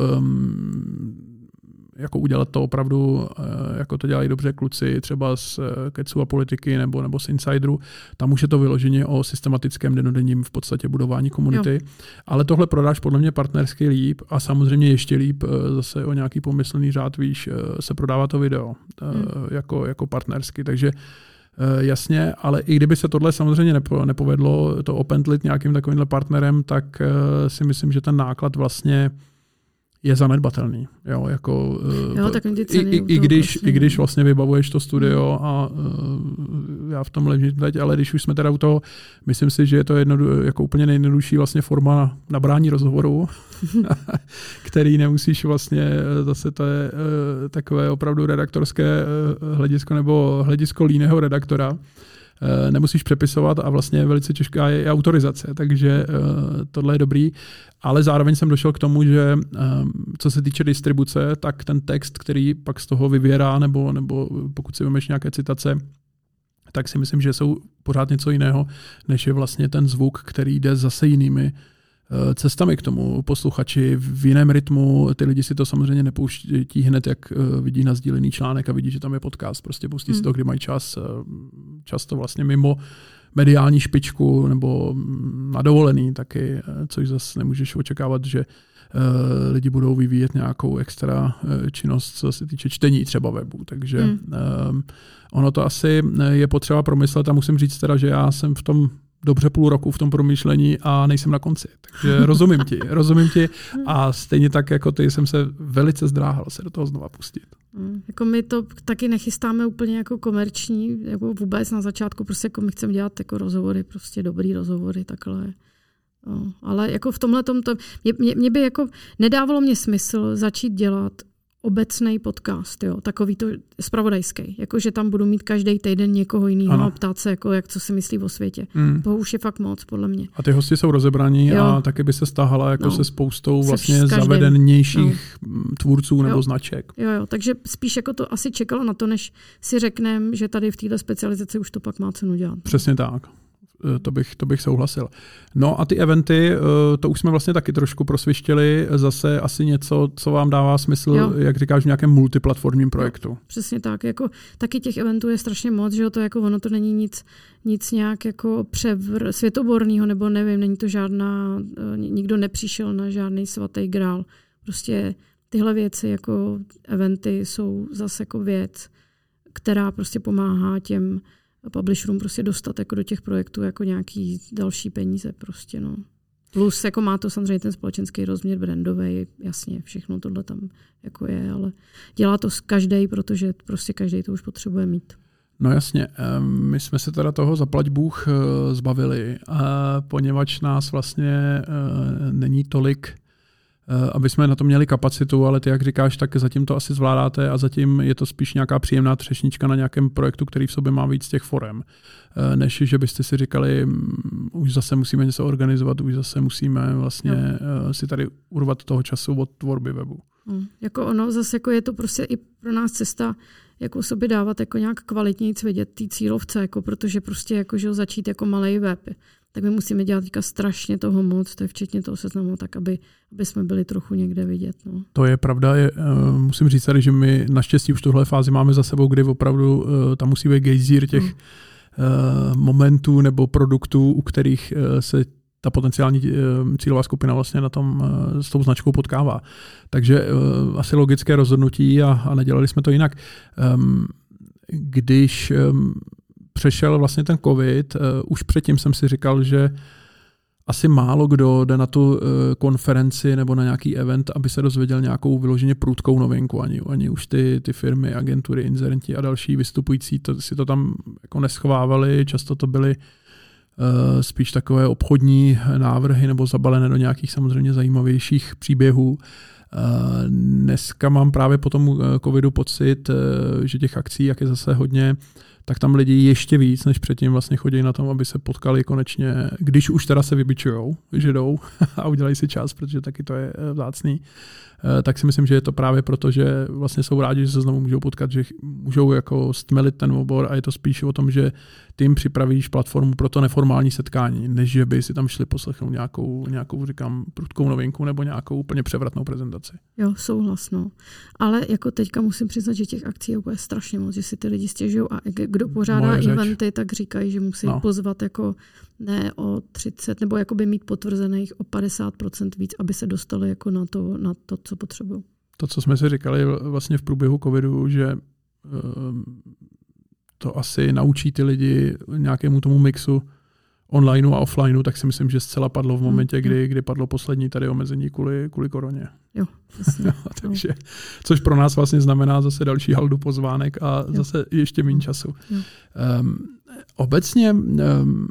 [SPEAKER 1] jako udělat to opravdu, jako to dělají dobře kluci, třeba z Kecu a politiky nebo, nebo z Insideru. Tam už je to vyloženě o systematickém denodenním v podstatě budování komunity. Jo. Ale tohle prodáš podle mě partnersky líp a samozřejmě ještě líp zase o nějaký pomyslný řád, víš, se prodává to video hmm. jako, jako partnersky. Takže jasně, ale i kdyby se tohle samozřejmě nepo, nepovedlo, to opentlit nějakým takovýmhle partnerem, tak si myslím, že ten náklad vlastně je zanedbatelný. Jo, jako,
[SPEAKER 2] jo, tak
[SPEAKER 1] i, i, i, když, vlastně. I když vlastně vybavuješ to studio hmm. a uh, já v tom ležím teď, ale když už jsme teda u toho, myslím si, že je to jedno, jako úplně nejjednodušší vlastně forma nabrání rozhovoru, který nemusíš vlastně, zase to je uh, takové opravdu redaktorské uh, hledisko nebo hledisko líného redaktora, nemusíš přepisovat a vlastně velice těžká je i autorizace, takže uh, tohle je dobrý, ale zároveň jsem došel k tomu, že um, co se týče distribuce, tak ten text, který pak z toho vyvěrá, nebo, nebo pokud si vemeš nějaké citace, tak si myslím, že jsou pořád něco jiného, než je vlastně ten zvuk, který jde zase jinými cestami k tomu posluchači v jiném rytmu. Ty lidi si to samozřejmě nepouští hned, jak vidí na sdílený článek a vidí, že tam je podcast. Prostě pustí hmm. si to, kdy mají čas. Často vlastně mimo mediální špičku nebo na dovolený taky, což zase nemůžeš očekávat, že lidi budou vyvíjet nějakou extra činnost, co se týče čtení třeba webu. Takže hmm. ono to asi je potřeba promyslet a musím říct teda, že já jsem v tom dobře půl roku v tom promýšlení a nejsem na konci. Takže rozumím ti, rozumím ti a stejně tak jako ty jsem se velice zdráhal se do toho znova pustit.
[SPEAKER 2] Mm, jako my to taky nechystáme úplně jako komerční, jako vůbec na začátku, prostě jako my chceme dělat jako rozhovory, prostě dobrý rozhovory, takhle. No, ale jako v tomhletom to, mě, mě by jako nedávalo mě smysl začít dělat obecný podcast, jo, takový to zpravodajský, jako že tam budu mít každý týden někoho jiného a ptát se, jako jak co si myslí o světě. Mm. To už je fakt moc, podle mě.
[SPEAKER 1] A ty hosti jsou rozebraní jo. a taky by se stáhala jako no. se spoustou vlastně zavedenějších no. tvůrců nebo
[SPEAKER 2] jo.
[SPEAKER 1] značek.
[SPEAKER 2] Jo, jo, takže spíš jako to asi čekalo na to, než si řekneme, že tady v této specializaci už to pak má cenu dělat.
[SPEAKER 1] Přesně tak. To bych, to bych souhlasil. No a ty eventy, to už jsme vlastně taky trošku prosvištěli, zase asi něco, co vám dává smysl, jo. jak říkáš, v nějakém multiplatformním projektu. Jo,
[SPEAKER 2] přesně tak. Jako, taky těch eventů je strašně moc, že to jako ono to není nic, nic nějak jako převr, světoborného, nebo nevím, není to žádná, nikdo nepřišel na žádný svatý grál. Prostě tyhle věci jako eventy jsou zase jako věc, která prostě pomáhá těm publisherům prostě dostat jako do těch projektů jako nějaký další peníze prostě, no. Plus jako má to samozřejmě ten společenský rozměr brandový, jasně, všechno tohle tam jako je, ale dělá to každý, protože prostě každý to už potřebuje mít.
[SPEAKER 1] No jasně, my jsme se teda toho zaplať Bůh zbavili, poněvadž nás vlastně není tolik, aby jsme na to měli kapacitu, ale ty, jak říkáš, tak zatím to asi zvládáte a zatím je to spíš nějaká příjemná třešnička na nějakém projektu, který v sobě má víc těch forem, než že byste si říkali, už zase musíme něco organizovat, už zase musíme vlastně no. si tady urvat toho času od tvorby webu.
[SPEAKER 2] Hmm. Jako ono, zase jako je to prostě i pro nás cesta, jako sobě dávat jako nějak kvalitnějc vidět té cílovce, jako protože prostě jako, že začít jako malej web, tak my musíme dělat teďka strašně toho moc, to je včetně toho seznamu, tak aby, aby jsme byli trochu někde vidět. No.
[SPEAKER 1] To je pravda, je, uh, musím říct tady, že my naštěstí už tuhle fázi máme za sebou, kdy opravdu uh, tam musí být gejzír těch hmm. uh, momentů nebo produktů, u kterých uh, se ta potenciální uh, cílová skupina vlastně na tom uh, s tou značkou potkává. Takže uh, asi logické rozhodnutí a, a nedělali jsme to jinak. Um, když um, přešel vlastně ten covid, uh, už předtím jsem si říkal, že asi málo kdo jde na tu uh, konferenci nebo na nějaký event, aby se dozvěděl nějakou vyloženě prudkou novinku. Ani, ani už ty, ty firmy, agentury, inzerenti a další vystupující to, si to tam jako neschovávali. Často to byly uh, spíš takové obchodní návrhy nebo zabalené do nějakých samozřejmě zajímavějších příběhů. Uh, dneska mám právě po tom covidu pocit, uh, že těch akcí, jak je zase hodně, tak tam lidi ještě víc, než předtím vlastně chodí na tom, aby se potkali konečně, když už teda se vybičujou, že jdou a udělají si čas, protože taky to je vzácný, tak si myslím, že je to právě proto, že vlastně jsou rádi, že se znovu můžou potkat, že můžou jako stmelit ten obor a je to spíš o tom, že ty jim připravíš platformu pro to neformální setkání, než že by si tam šli poslechnout nějakou, nějakou říkám, prudkou novinku nebo nějakou úplně převratnou prezentaci.
[SPEAKER 2] Jo, souhlasno. Ale jako teďka musím přiznat, že těch akcí je úplně strašně moc, že si ty lidi stěžují a kdo pořádá eventy, tak říkají, že musí no. pozvat jako ne o třicet, nebo jakoby mít potvrzených o padesát procent víc, aby se dostali jako na to, na to, co potřebují.
[SPEAKER 1] To, co jsme si říkali vlastně v průběhu covidu, že to asi naučí ty lidi nějakému tomu mixu onlineu a offlineu, tak si myslím, že zcela padlo v momentě, hmm. kdy, kdy padlo poslední tady omezení kvůli, kvůli koroně.
[SPEAKER 2] Jo, jasně.
[SPEAKER 1] Takže, což pro nás vlastně znamená zase další haldu pozvánek a jo. zase ještě méně času. Um, obecně um,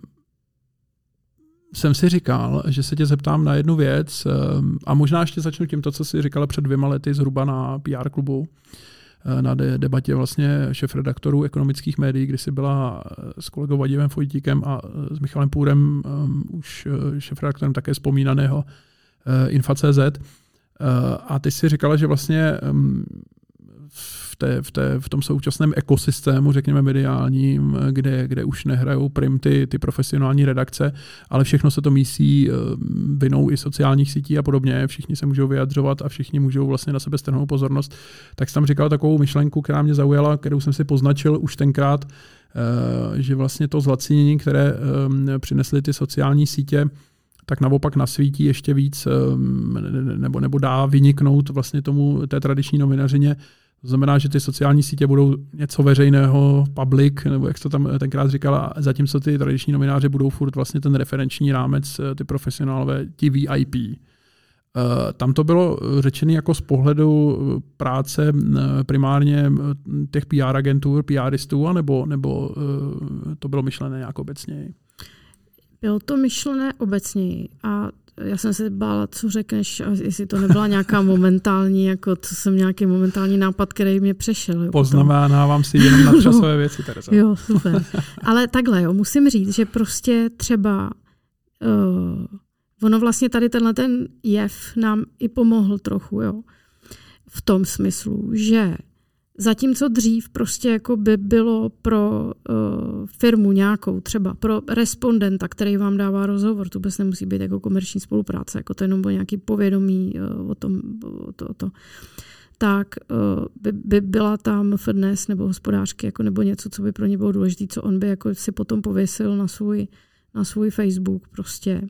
[SPEAKER 1] jsem si říkal, že se tě zeptám na jednu věc um, a možná ještě začnu tím to, co jsi říkala před dvěma lety zhruba na P R klubu, na de- debatě vlastně šéfredaktorů ekonomických médií, kdy jsi byla s kolegou Vadimem Fojtíkem a s Michalem Půrem, um, už šéfredaktorem také vzpomínaného uh, Infa tečka cé zet. Uh, a ty jsi říkala, že vlastně um, v, té, v, té, v tom současném ekosystému, řekněme mediálním, kde, kde už nehrajou prim ty, ty profesionální redakce, ale všechno se to mísí vinou i sociálních sítí a podobně, všichni se můžou vyjadřovat a všichni můžou vlastně na sebe strhnout pozornost. Tak jsi tam říkal takovou myšlenku, která mě zaujala, kterou jsem si poznačil už tenkrát, že vlastně to zlacinění, které přinesly ty sociální sítě, tak naopak nasvítí ještě víc nebo, nebo dá vyniknout vlastně tomu té tradiční novinařině. To znamená, že ty sociální sítě budou něco veřejného, public, nebo jak to tam tenkrát říkala, zatímco ty tradiční novináři budou furt vlastně ten referenční rámec, ty profesionálové, ti V I P. Tam to bylo řečené jako z pohledu práce primárně těch P R agentur, PRistů, nebo, nebo to bylo myšlené nějak obecněji?
[SPEAKER 2] Bylo to myšlené obecněji a já jsem se bála, co řekneš, a jestli to nebyla nějaká momentální, jako co jsem nějaký momentální nápad, který mě přešel. Jo,
[SPEAKER 1] poznamenávám si jenom na časové věci, Tereza.
[SPEAKER 2] Jo, super. Ale takhle, jo, musím říct, že prostě třeba uh, ono vlastně tady tenhle ten jev nám i pomohl trochu, jo. V tom smyslu, že zatímco dřív prostě jako by bylo pro uh, firmu nějakou, třeba pro respondenta, který vám dává rozhovor, to vůbec nemusí být jako komerční spolupráce, jako to jenom bylo nějaký povědomí uh, o tom, o to, o to. tak uh, by, by byla tam F D N E S nebo hospodářky, jako nebo něco, co by pro ně bylo důležité, co on by jako si potom pověsil na svůj, na svůj Facebook prostě.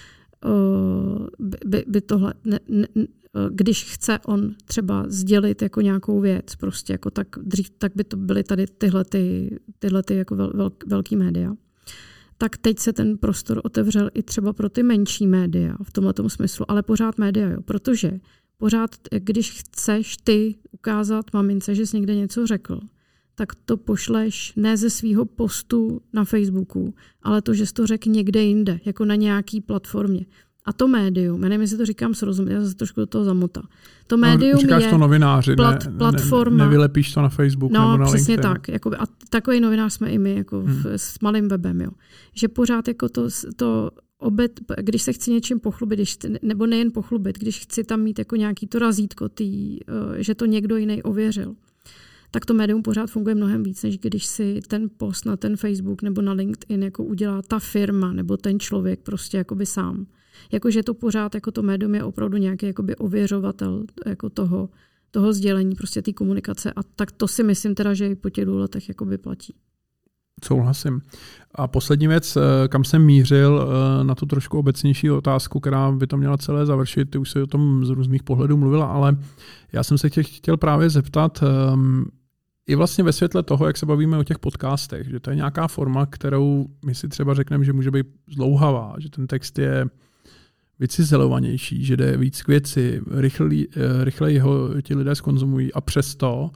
[SPEAKER 2] Uh, by, by tohle, ne, ne, když chce on třeba sdělit jako nějakou věc, prostě jako tak dřív, tak by to byly tady tyhle, ty, tyhle ty jako vel, vel, velký média. tak teď se ten prostor otevřel i třeba pro ty menší média v tomhletom smyslu, ale pořád média, jo, protože pořád, když chceš ty ukázat mamince, že jsi někde něco řekl, tak to pošleš ne ze svýho postu na Facebooku, ale to, že jsi to řekl někde jinde, jako na nějaký platformě. A to médium, já nevím, jestli to říkám srozumět, já se trošku do toho zamotá. To médium
[SPEAKER 1] no, říkáš
[SPEAKER 2] je
[SPEAKER 1] to novináři,
[SPEAKER 2] plat,
[SPEAKER 1] ne,
[SPEAKER 2] platforma.
[SPEAKER 1] Ne, nevylepíš to na Facebook
[SPEAKER 2] no,
[SPEAKER 1] nebo na
[SPEAKER 2] přesně
[SPEAKER 1] LinkedIn.
[SPEAKER 2] tak. Jakoby, a takový novinář jsme i my, jako hmm. v, s malým webem. Jo. Že pořád jako to, to obet, když se chci něčím pochlubit, když, nebo nejen pochlubit, když chci tam mít jako nějaký to razítko, tý, že to někdo jiný ověřil, tak to médium pořád funguje mnohem víc, než když si ten post na ten Facebook nebo na LinkedIn jako udělá ta firma nebo ten člověk prostě jakoby sám. Jakože to pořád, jako to médium je opravdu nějaký jakoby ověřovatel jako toho, toho sdělení, prostě té komunikace. A tak to si myslím teda, že i po těch dvou letech jakoby platí.
[SPEAKER 1] Souhlasím. A poslední věc, kam jsem mířil na tu trošku obecnější otázku, která by to měla celé završit, ty už si o tom z různých pohledů mluvila, ale já jsem se tě chtěl právě zeptat, i vlastně ve světle toho, jak se bavíme o těch podcastech, že to je nějaká forma, kterou my si třeba řekneme, že může být zdlouhavá, že ten text je vycizelovanější, že jde víc k věci, rychlej, rychleji ho ti lidé zkonzumují a přesto,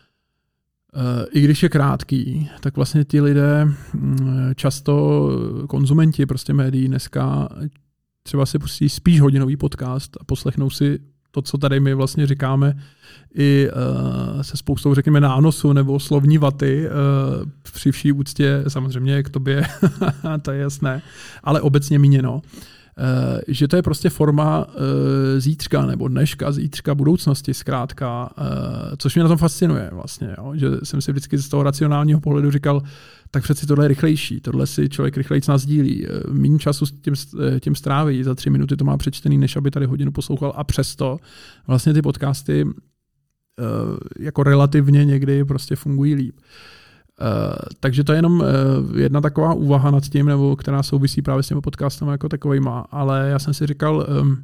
[SPEAKER 1] i když je krátký, tak vlastně ti lidé, často konzumenti prostě médií dneska třeba si pustí spíš hodinový podcast a poslechnou si to, co tady my vlastně říkáme, i uh, se spoustou, řekněme, nánosu nebo slovní vaty, uh, při vší úctě samozřejmě k tobě, to je jasné, ale obecně míněno, uh, že to je prostě forma uh, zítřka nebo dneška, zítřka budoucnosti zkrátka, uh, což mě na tom fascinuje vlastně, jo? Že jsem si vždycky z toho racionálního pohledu říkal, tak přeci tohle je rychlejší, tohle si člověk rychlejc nazdílí, méně času s tím, tím stráví, za tři minuty to má přečtený, než aby tady hodinu poslouchal a přesto vlastně ty podcasty uh, jako relativně někdy prostě fungují líp. Uh, takže to je jenom uh, jedna taková úvaha nad tím, nebo která souvisí právě s těmi podcastem jako takovejma, ale já jsem si říkal, um,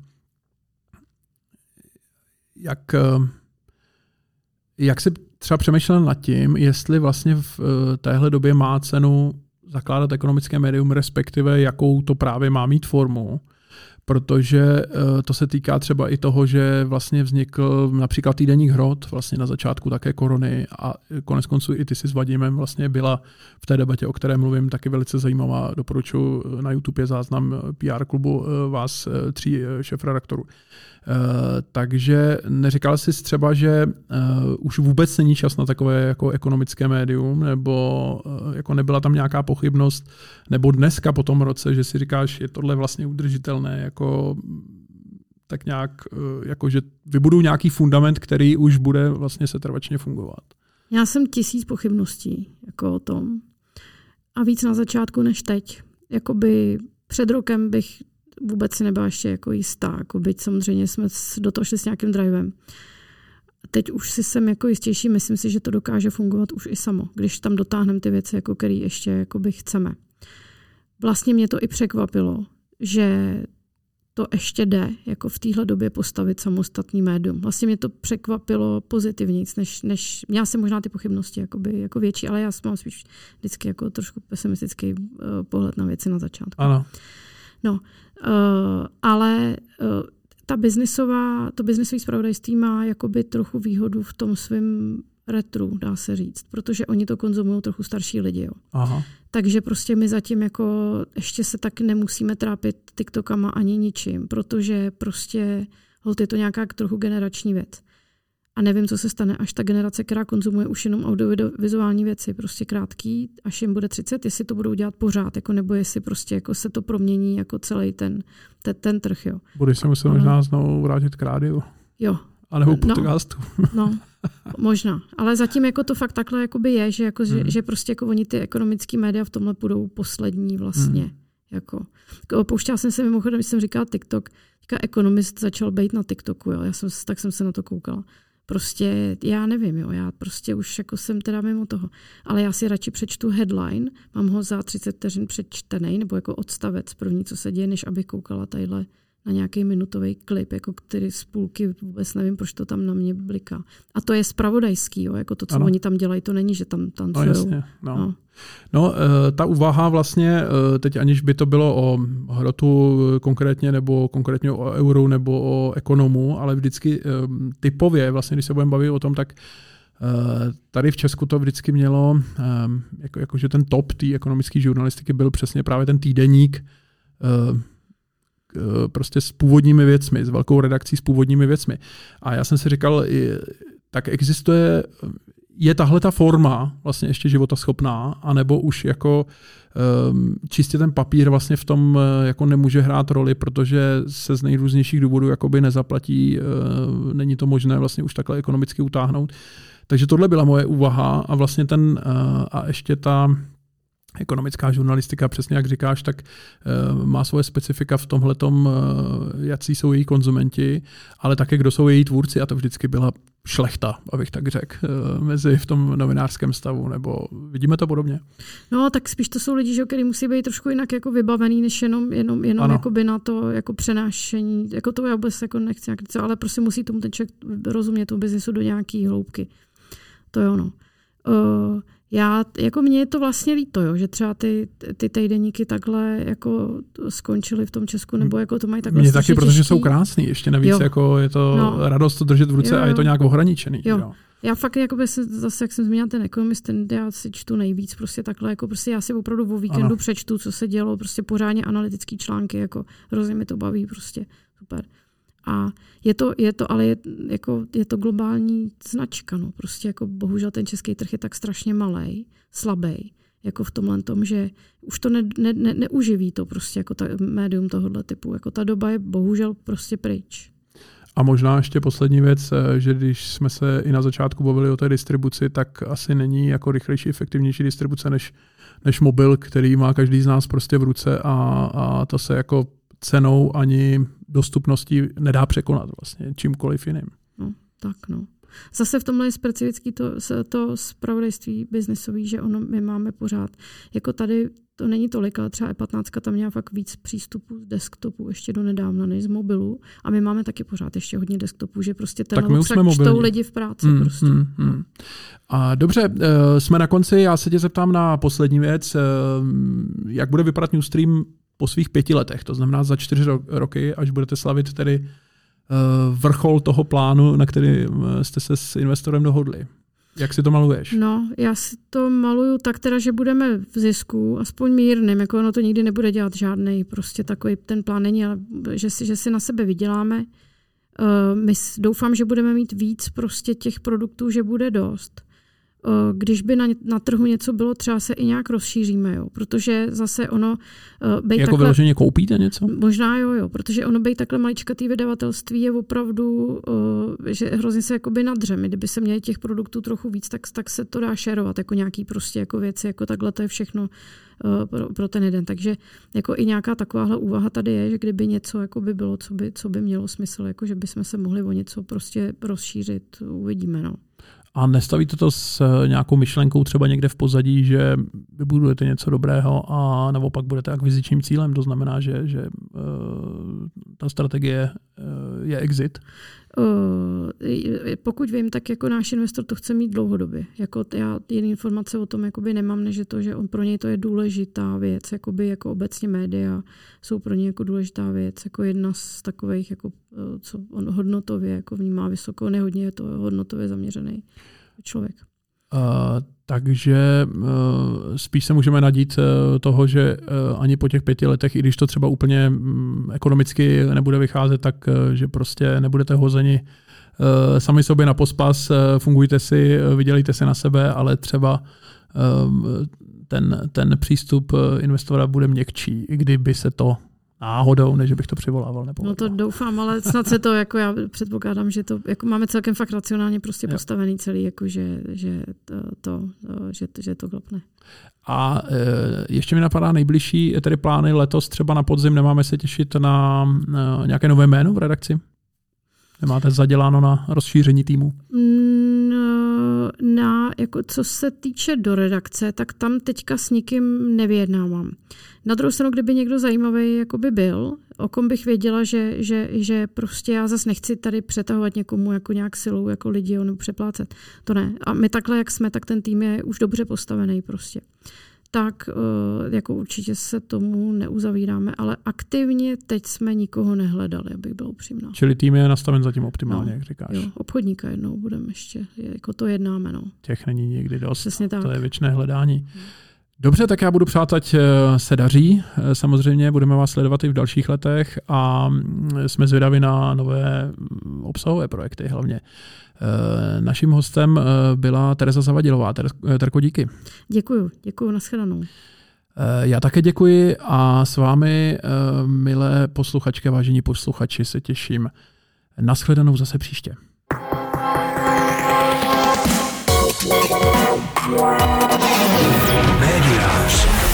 [SPEAKER 1] jak, uh, jak si třeba přemýšlel nad tím, jestli vlastně v téhle době má cenu zakládat ekonomické médium, respektive jakou to právě má mít formu, protože to se týká třeba i toho, že vlastně vznikl například týdeník Hrot vlastně na začátku také korony a konec konců i ty si s Vadimem vlastně byla v té debatě, o které mluvím, taky velice zajímavá. Doporučuji, na YouTube je záznam P R klubu vás tří šéfredaktorů. Uh, takže neříkal jsi třeba, že uh, už vůbec není čas na takové jako ekonomické médium, nebo uh, jako nebyla tam nějaká pochybnost, nebo dneska po tom roce, že si říkáš, je tohle vlastně udržitelné, jako tak nějak, uh, jako že vybudují nějaký fundament, který už bude vlastně setrvačně fungovat.
[SPEAKER 2] Já jsem tisíc pochybností jako o tom a víc na začátku než teď. Jakoby před rokem bych vůbec si nebyla ještě jako jistá, jako byť samozřejmě jsme do toho šli s nějakým drivem. Teď už si jsem jako jistější, myslím si, že to dokáže fungovat už i samo, když tam dotáhneme ty věci, jako které ještě jakoby chceme. Vlastně mě to i překvapilo, že to ještě jde jako v téhle době postavit samostatný médium. Vlastně mě to překvapilo pozitivnějc, než, než měla jsem možná ty pochybnosti jakoby, jako větší, ale já mám spíš vždycky jako trošku pesimistický uh, pohled na věci na začátku.
[SPEAKER 1] Ano.
[SPEAKER 2] No, uh, ale uh, ta biznisová, to biznisové zpravodajství má jakoby trochu výhodu v tom svém retru, dá se říct, protože oni to konzumují trochu starší lidi. Jo.
[SPEAKER 1] Aha.
[SPEAKER 2] Takže prostě my zatím jako ještě se tak nemusíme trápit TikTokama ani ničím, protože prostě holt je to nějaká trochu generační věc. A nevím, co se stane, až ta generace, která konzumuje už jenom audiovizuální věci, prostě krátký, až jim bude třicet, jestli to budou dělat pořád, jako, nebo jestli prostě jako se to promění jako celý ten, ten, ten trh. Jo.
[SPEAKER 1] Budeš se muset možná znovu vrátit k rádiu.
[SPEAKER 2] Jo.
[SPEAKER 1] A nebo podcastu.
[SPEAKER 2] No, no, možná. Ale zatím jako to fakt takhle jakoby je, že, jako, hmm. že, že prostě jako oni ty ekonomické média v tomhle budou poslední vlastně. Hmm. Jako. Pouštěla jsem se mimochodem, když jsem říkala TikTok, říká ekonomist začal být na TikToku, jo. Já jsem, tak jsem se na to koukala. Prostě já nevím, jo, já prostě už jako jsem teda mimo toho. Ale já si radši přečtu headline, mám ho za třicet vteřin přečtený, nebo jako odstavec první, co se děje, než abych koukala tadyhle na nějaký minutový klip, jako který z půlky vůbec nevím, proč to tam na mě bliká. A to je zpravodajský, jo, jako to, co ano. oni tam dělají, to není, že tam tancujou.
[SPEAKER 1] No, jasně, no. No. No, ta úvaha vlastně, teď aniž by to bylo o hrotu konkrétně, nebo konkrétně o euru, nebo o ekonomu, ale vždycky typově, vlastně, když se budeme bavit o tom, tak tady v Česku to vždycky mělo, jako, jako že ten top té ekonomické žurnalistiky byl přesně právě ten týdeník prostě s původními věcmi, s velkou redakcí s původními věcmi. A já jsem si říkal, tak existuje, je tahle ta forma vlastně ještě životaschopná, anebo už jako um, čistě ten papír vlastně v tom jako nemůže hrát roli, protože se z nejrůznějších důvodů jakoby nezaplatí, uh, není to možné vlastně už takhle ekonomicky utáhnout. Takže tohle byla moje úvaha a vlastně ten uh, a ještě ta ekonomická žurnalistika, přesně jak říkáš, tak uh, má svoje specifika v tomhletom, uh, jací jsou její konzumenti, ale také kdo jsou její tvůrci, a to vždycky byla šlechta, abych tak řekl, uh, mezi v tom novinářském stavu, nebo vidíme to podobně? No,
[SPEAKER 2] tak spíš to jsou lidi, že, kteří musí být trošku jinak jako vybavený, než jenom, jenom, jenom jakoby na to jako přenášení, jako to já vůbec jako nechci nějak, ale prostě musí tomu ten člověk rozumět tu biznesu do nějaký hloubky. To je ono. Uh, Já, jako mně je to vlastně líto, jo, že třeba ty, ty týdeníky takhle jako skončily v tom Česku, nebo jako to mají takhle
[SPEAKER 1] mně taky, protože těžký. Jsou krásný, ještě navíc jo. Jako je to no. radost to držet v ruce jo, jo. a je to nějak ohraničený. Jo. Jo.
[SPEAKER 2] Já fakt, jakoby se, zase, jak jsem zmínila ten Economist, ten já si čtu nejvíc, prostě takhle, jako prostě já si opravdu o víkendu ano. přečtu, co se dělo, prostě pořádně analytický články, jako hrozně mi to baví, prostě super. A je to, je to, ale je, jako, je to globální značka. No. Prostě jako bohužel ten český trh je tak strašně malej, slabý, jako v tomhle tom, že už to ne, ne, ne, neuživí to prostě jako ta médium tohohle typu. Jako ta doba je bohužel prostě pryč.
[SPEAKER 1] A možná ještě poslední věc, že když jsme se i na začátku bavili o té distribuci, tak asi není jako rychlejší, efektivnější distribuce než, než mobil, který má každý z nás prostě v ruce a, a to se jako cenou ani dostupností nedá překonat vlastně čímkoliv jiným.
[SPEAKER 2] No, tak no. Zase v tomhle je specifický to, to zpravodajství biznisový, že ono, my máme pořád, jako tady to není tolik, ale třeba E patnáct tam měla fakt víc přístupů z desktopu ještě do nedávna než z mobilu a my máme taky pořád ještě hodně desktopů, že prostě ten obsah čtou lidi v práci. Mm, prostě. Mm, mm.
[SPEAKER 1] A dobře, jsme na konci, já se tě zeptám na poslední věc, jak bude vypadat Newstream po svých pěti letech, to znamená za čtyři roky, až budete slavit tedy vrchol toho plánu, na který jste se s investorem dohodli. Jak si to maluješ?
[SPEAKER 2] No, já si to maluju tak teda, že budeme v zisku, aspoň mírným, jako ono to nikdy nebude dělat žádnej, prostě takový ten plán není, ale že si, že si na sebe vyděláme. My doufám, že budeme mít víc prostě těch produktů, že bude dost. Když by na, na trhu něco bylo, třeba se i nějak rozšíříme, jo, protože zase ono...
[SPEAKER 1] Bej jako takhle, vyloženě koupíte něco?
[SPEAKER 2] Možná jo, jo, protože ono bej takhle maličkatý vydavatelství je opravdu, že hrozně se jakoby nadře. Kdyby se měli těch produktů trochu víc, tak, tak se to dá šerovat, jako nějaký prostě jako věci, jako takhle to je všechno pro, pro ten jeden. Takže jako i nějaká takováhle úvaha tady je, že kdyby něco jako by bylo, co by, co by mělo smysl, jako že bychom se mohli o něco prostě rozšířit, uvidíme, no.
[SPEAKER 1] A nestavíte to s nějakou myšlenkou třeba někde v pozadí, že vybudujete něco dobrého a naopak budete akvizičním cílem? To znamená, že, že uh, ta strategie uh, je exit?
[SPEAKER 2] Uh, pokud vím, tak jako náš investor to chce mít dlouhodobě. Jako já jiné informace o tom jakoby nemám, než to, že on pro něj to je důležitá věc. Jakoby jako obecně média jsou pro něj jako důležitá věc. Jako jedna z takových, jako, co on hodnotově jako vnímá vysoko. Nehodně je to hodnotově zaměřený člověk.
[SPEAKER 1] Uh, takže uh, spíš se můžeme nadít uh, toho, že uh, ani po těch pěti letech, i když to třeba úplně um, ekonomicky nebude vycházet, tak uh, že prostě nebudete hozeni uh, sami sobě na pospas, uh, fungujte si, uh, vydělejte si na sebe, ale třeba um, ten, ten přístup uh, investora bude měkčí, i kdyby se to náhodou, než bych to přivolával. Nebo
[SPEAKER 2] no to doufám, ale snad se to, jako já předpokládám, že to jako máme celkem fakt racionálně prostě postavený celý, jako že, že, to, to, že, že to klapne.
[SPEAKER 1] A e, ještě mi napadá nejbližší tedy plány letos, třeba na podzim, nemáme se těšit na, na nějaké nové jméno v redakci? Nemáte zaděláno na rozšíření týmu?
[SPEAKER 2] No, na, jako co se týče do redakce, tak tam teďka s nikým nevyjednávám. Na druhou stranu, kdyby někdo zajímavý jakoby byl, o kom bych věděla, že, že, že prostě já zase nechci tady přetahovat někomu jako nějak silou jako lidi nebo přeplácet. To ne. A my takhle, jak jsme, tak ten tým je už dobře postavený prostě. Tak jako určitě se tomu neuzavíráme, ale aktivně teď jsme nikoho nehledali, abych byla upřímná.
[SPEAKER 1] Čili tým je nastaven zatím optimálně, no, jak říkáš.
[SPEAKER 2] Jo, obchodníka jednou budeme ještě, jako to jednáme. No.
[SPEAKER 1] Těch není nikdy dost,
[SPEAKER 2] přesně tak.
[SPEAKER 1] To je věčné hledání. Dobře, tak já budu přát, ať se daří. Samozřejmě budeme vás sledovat i v dalších letech a jsme zvědaví na nové obsahové projekty hlavně. Naším hostem byla Tereza Zavadilová. Terko, díky.
[SPEAKER 2] Děkuju, děkuju, nashledanou.
[SPEAKER 1] Já také děkuji a s vámi, milé posluchačky a vážení posluchači, se těším. Nashledanou zase příště. Médiář.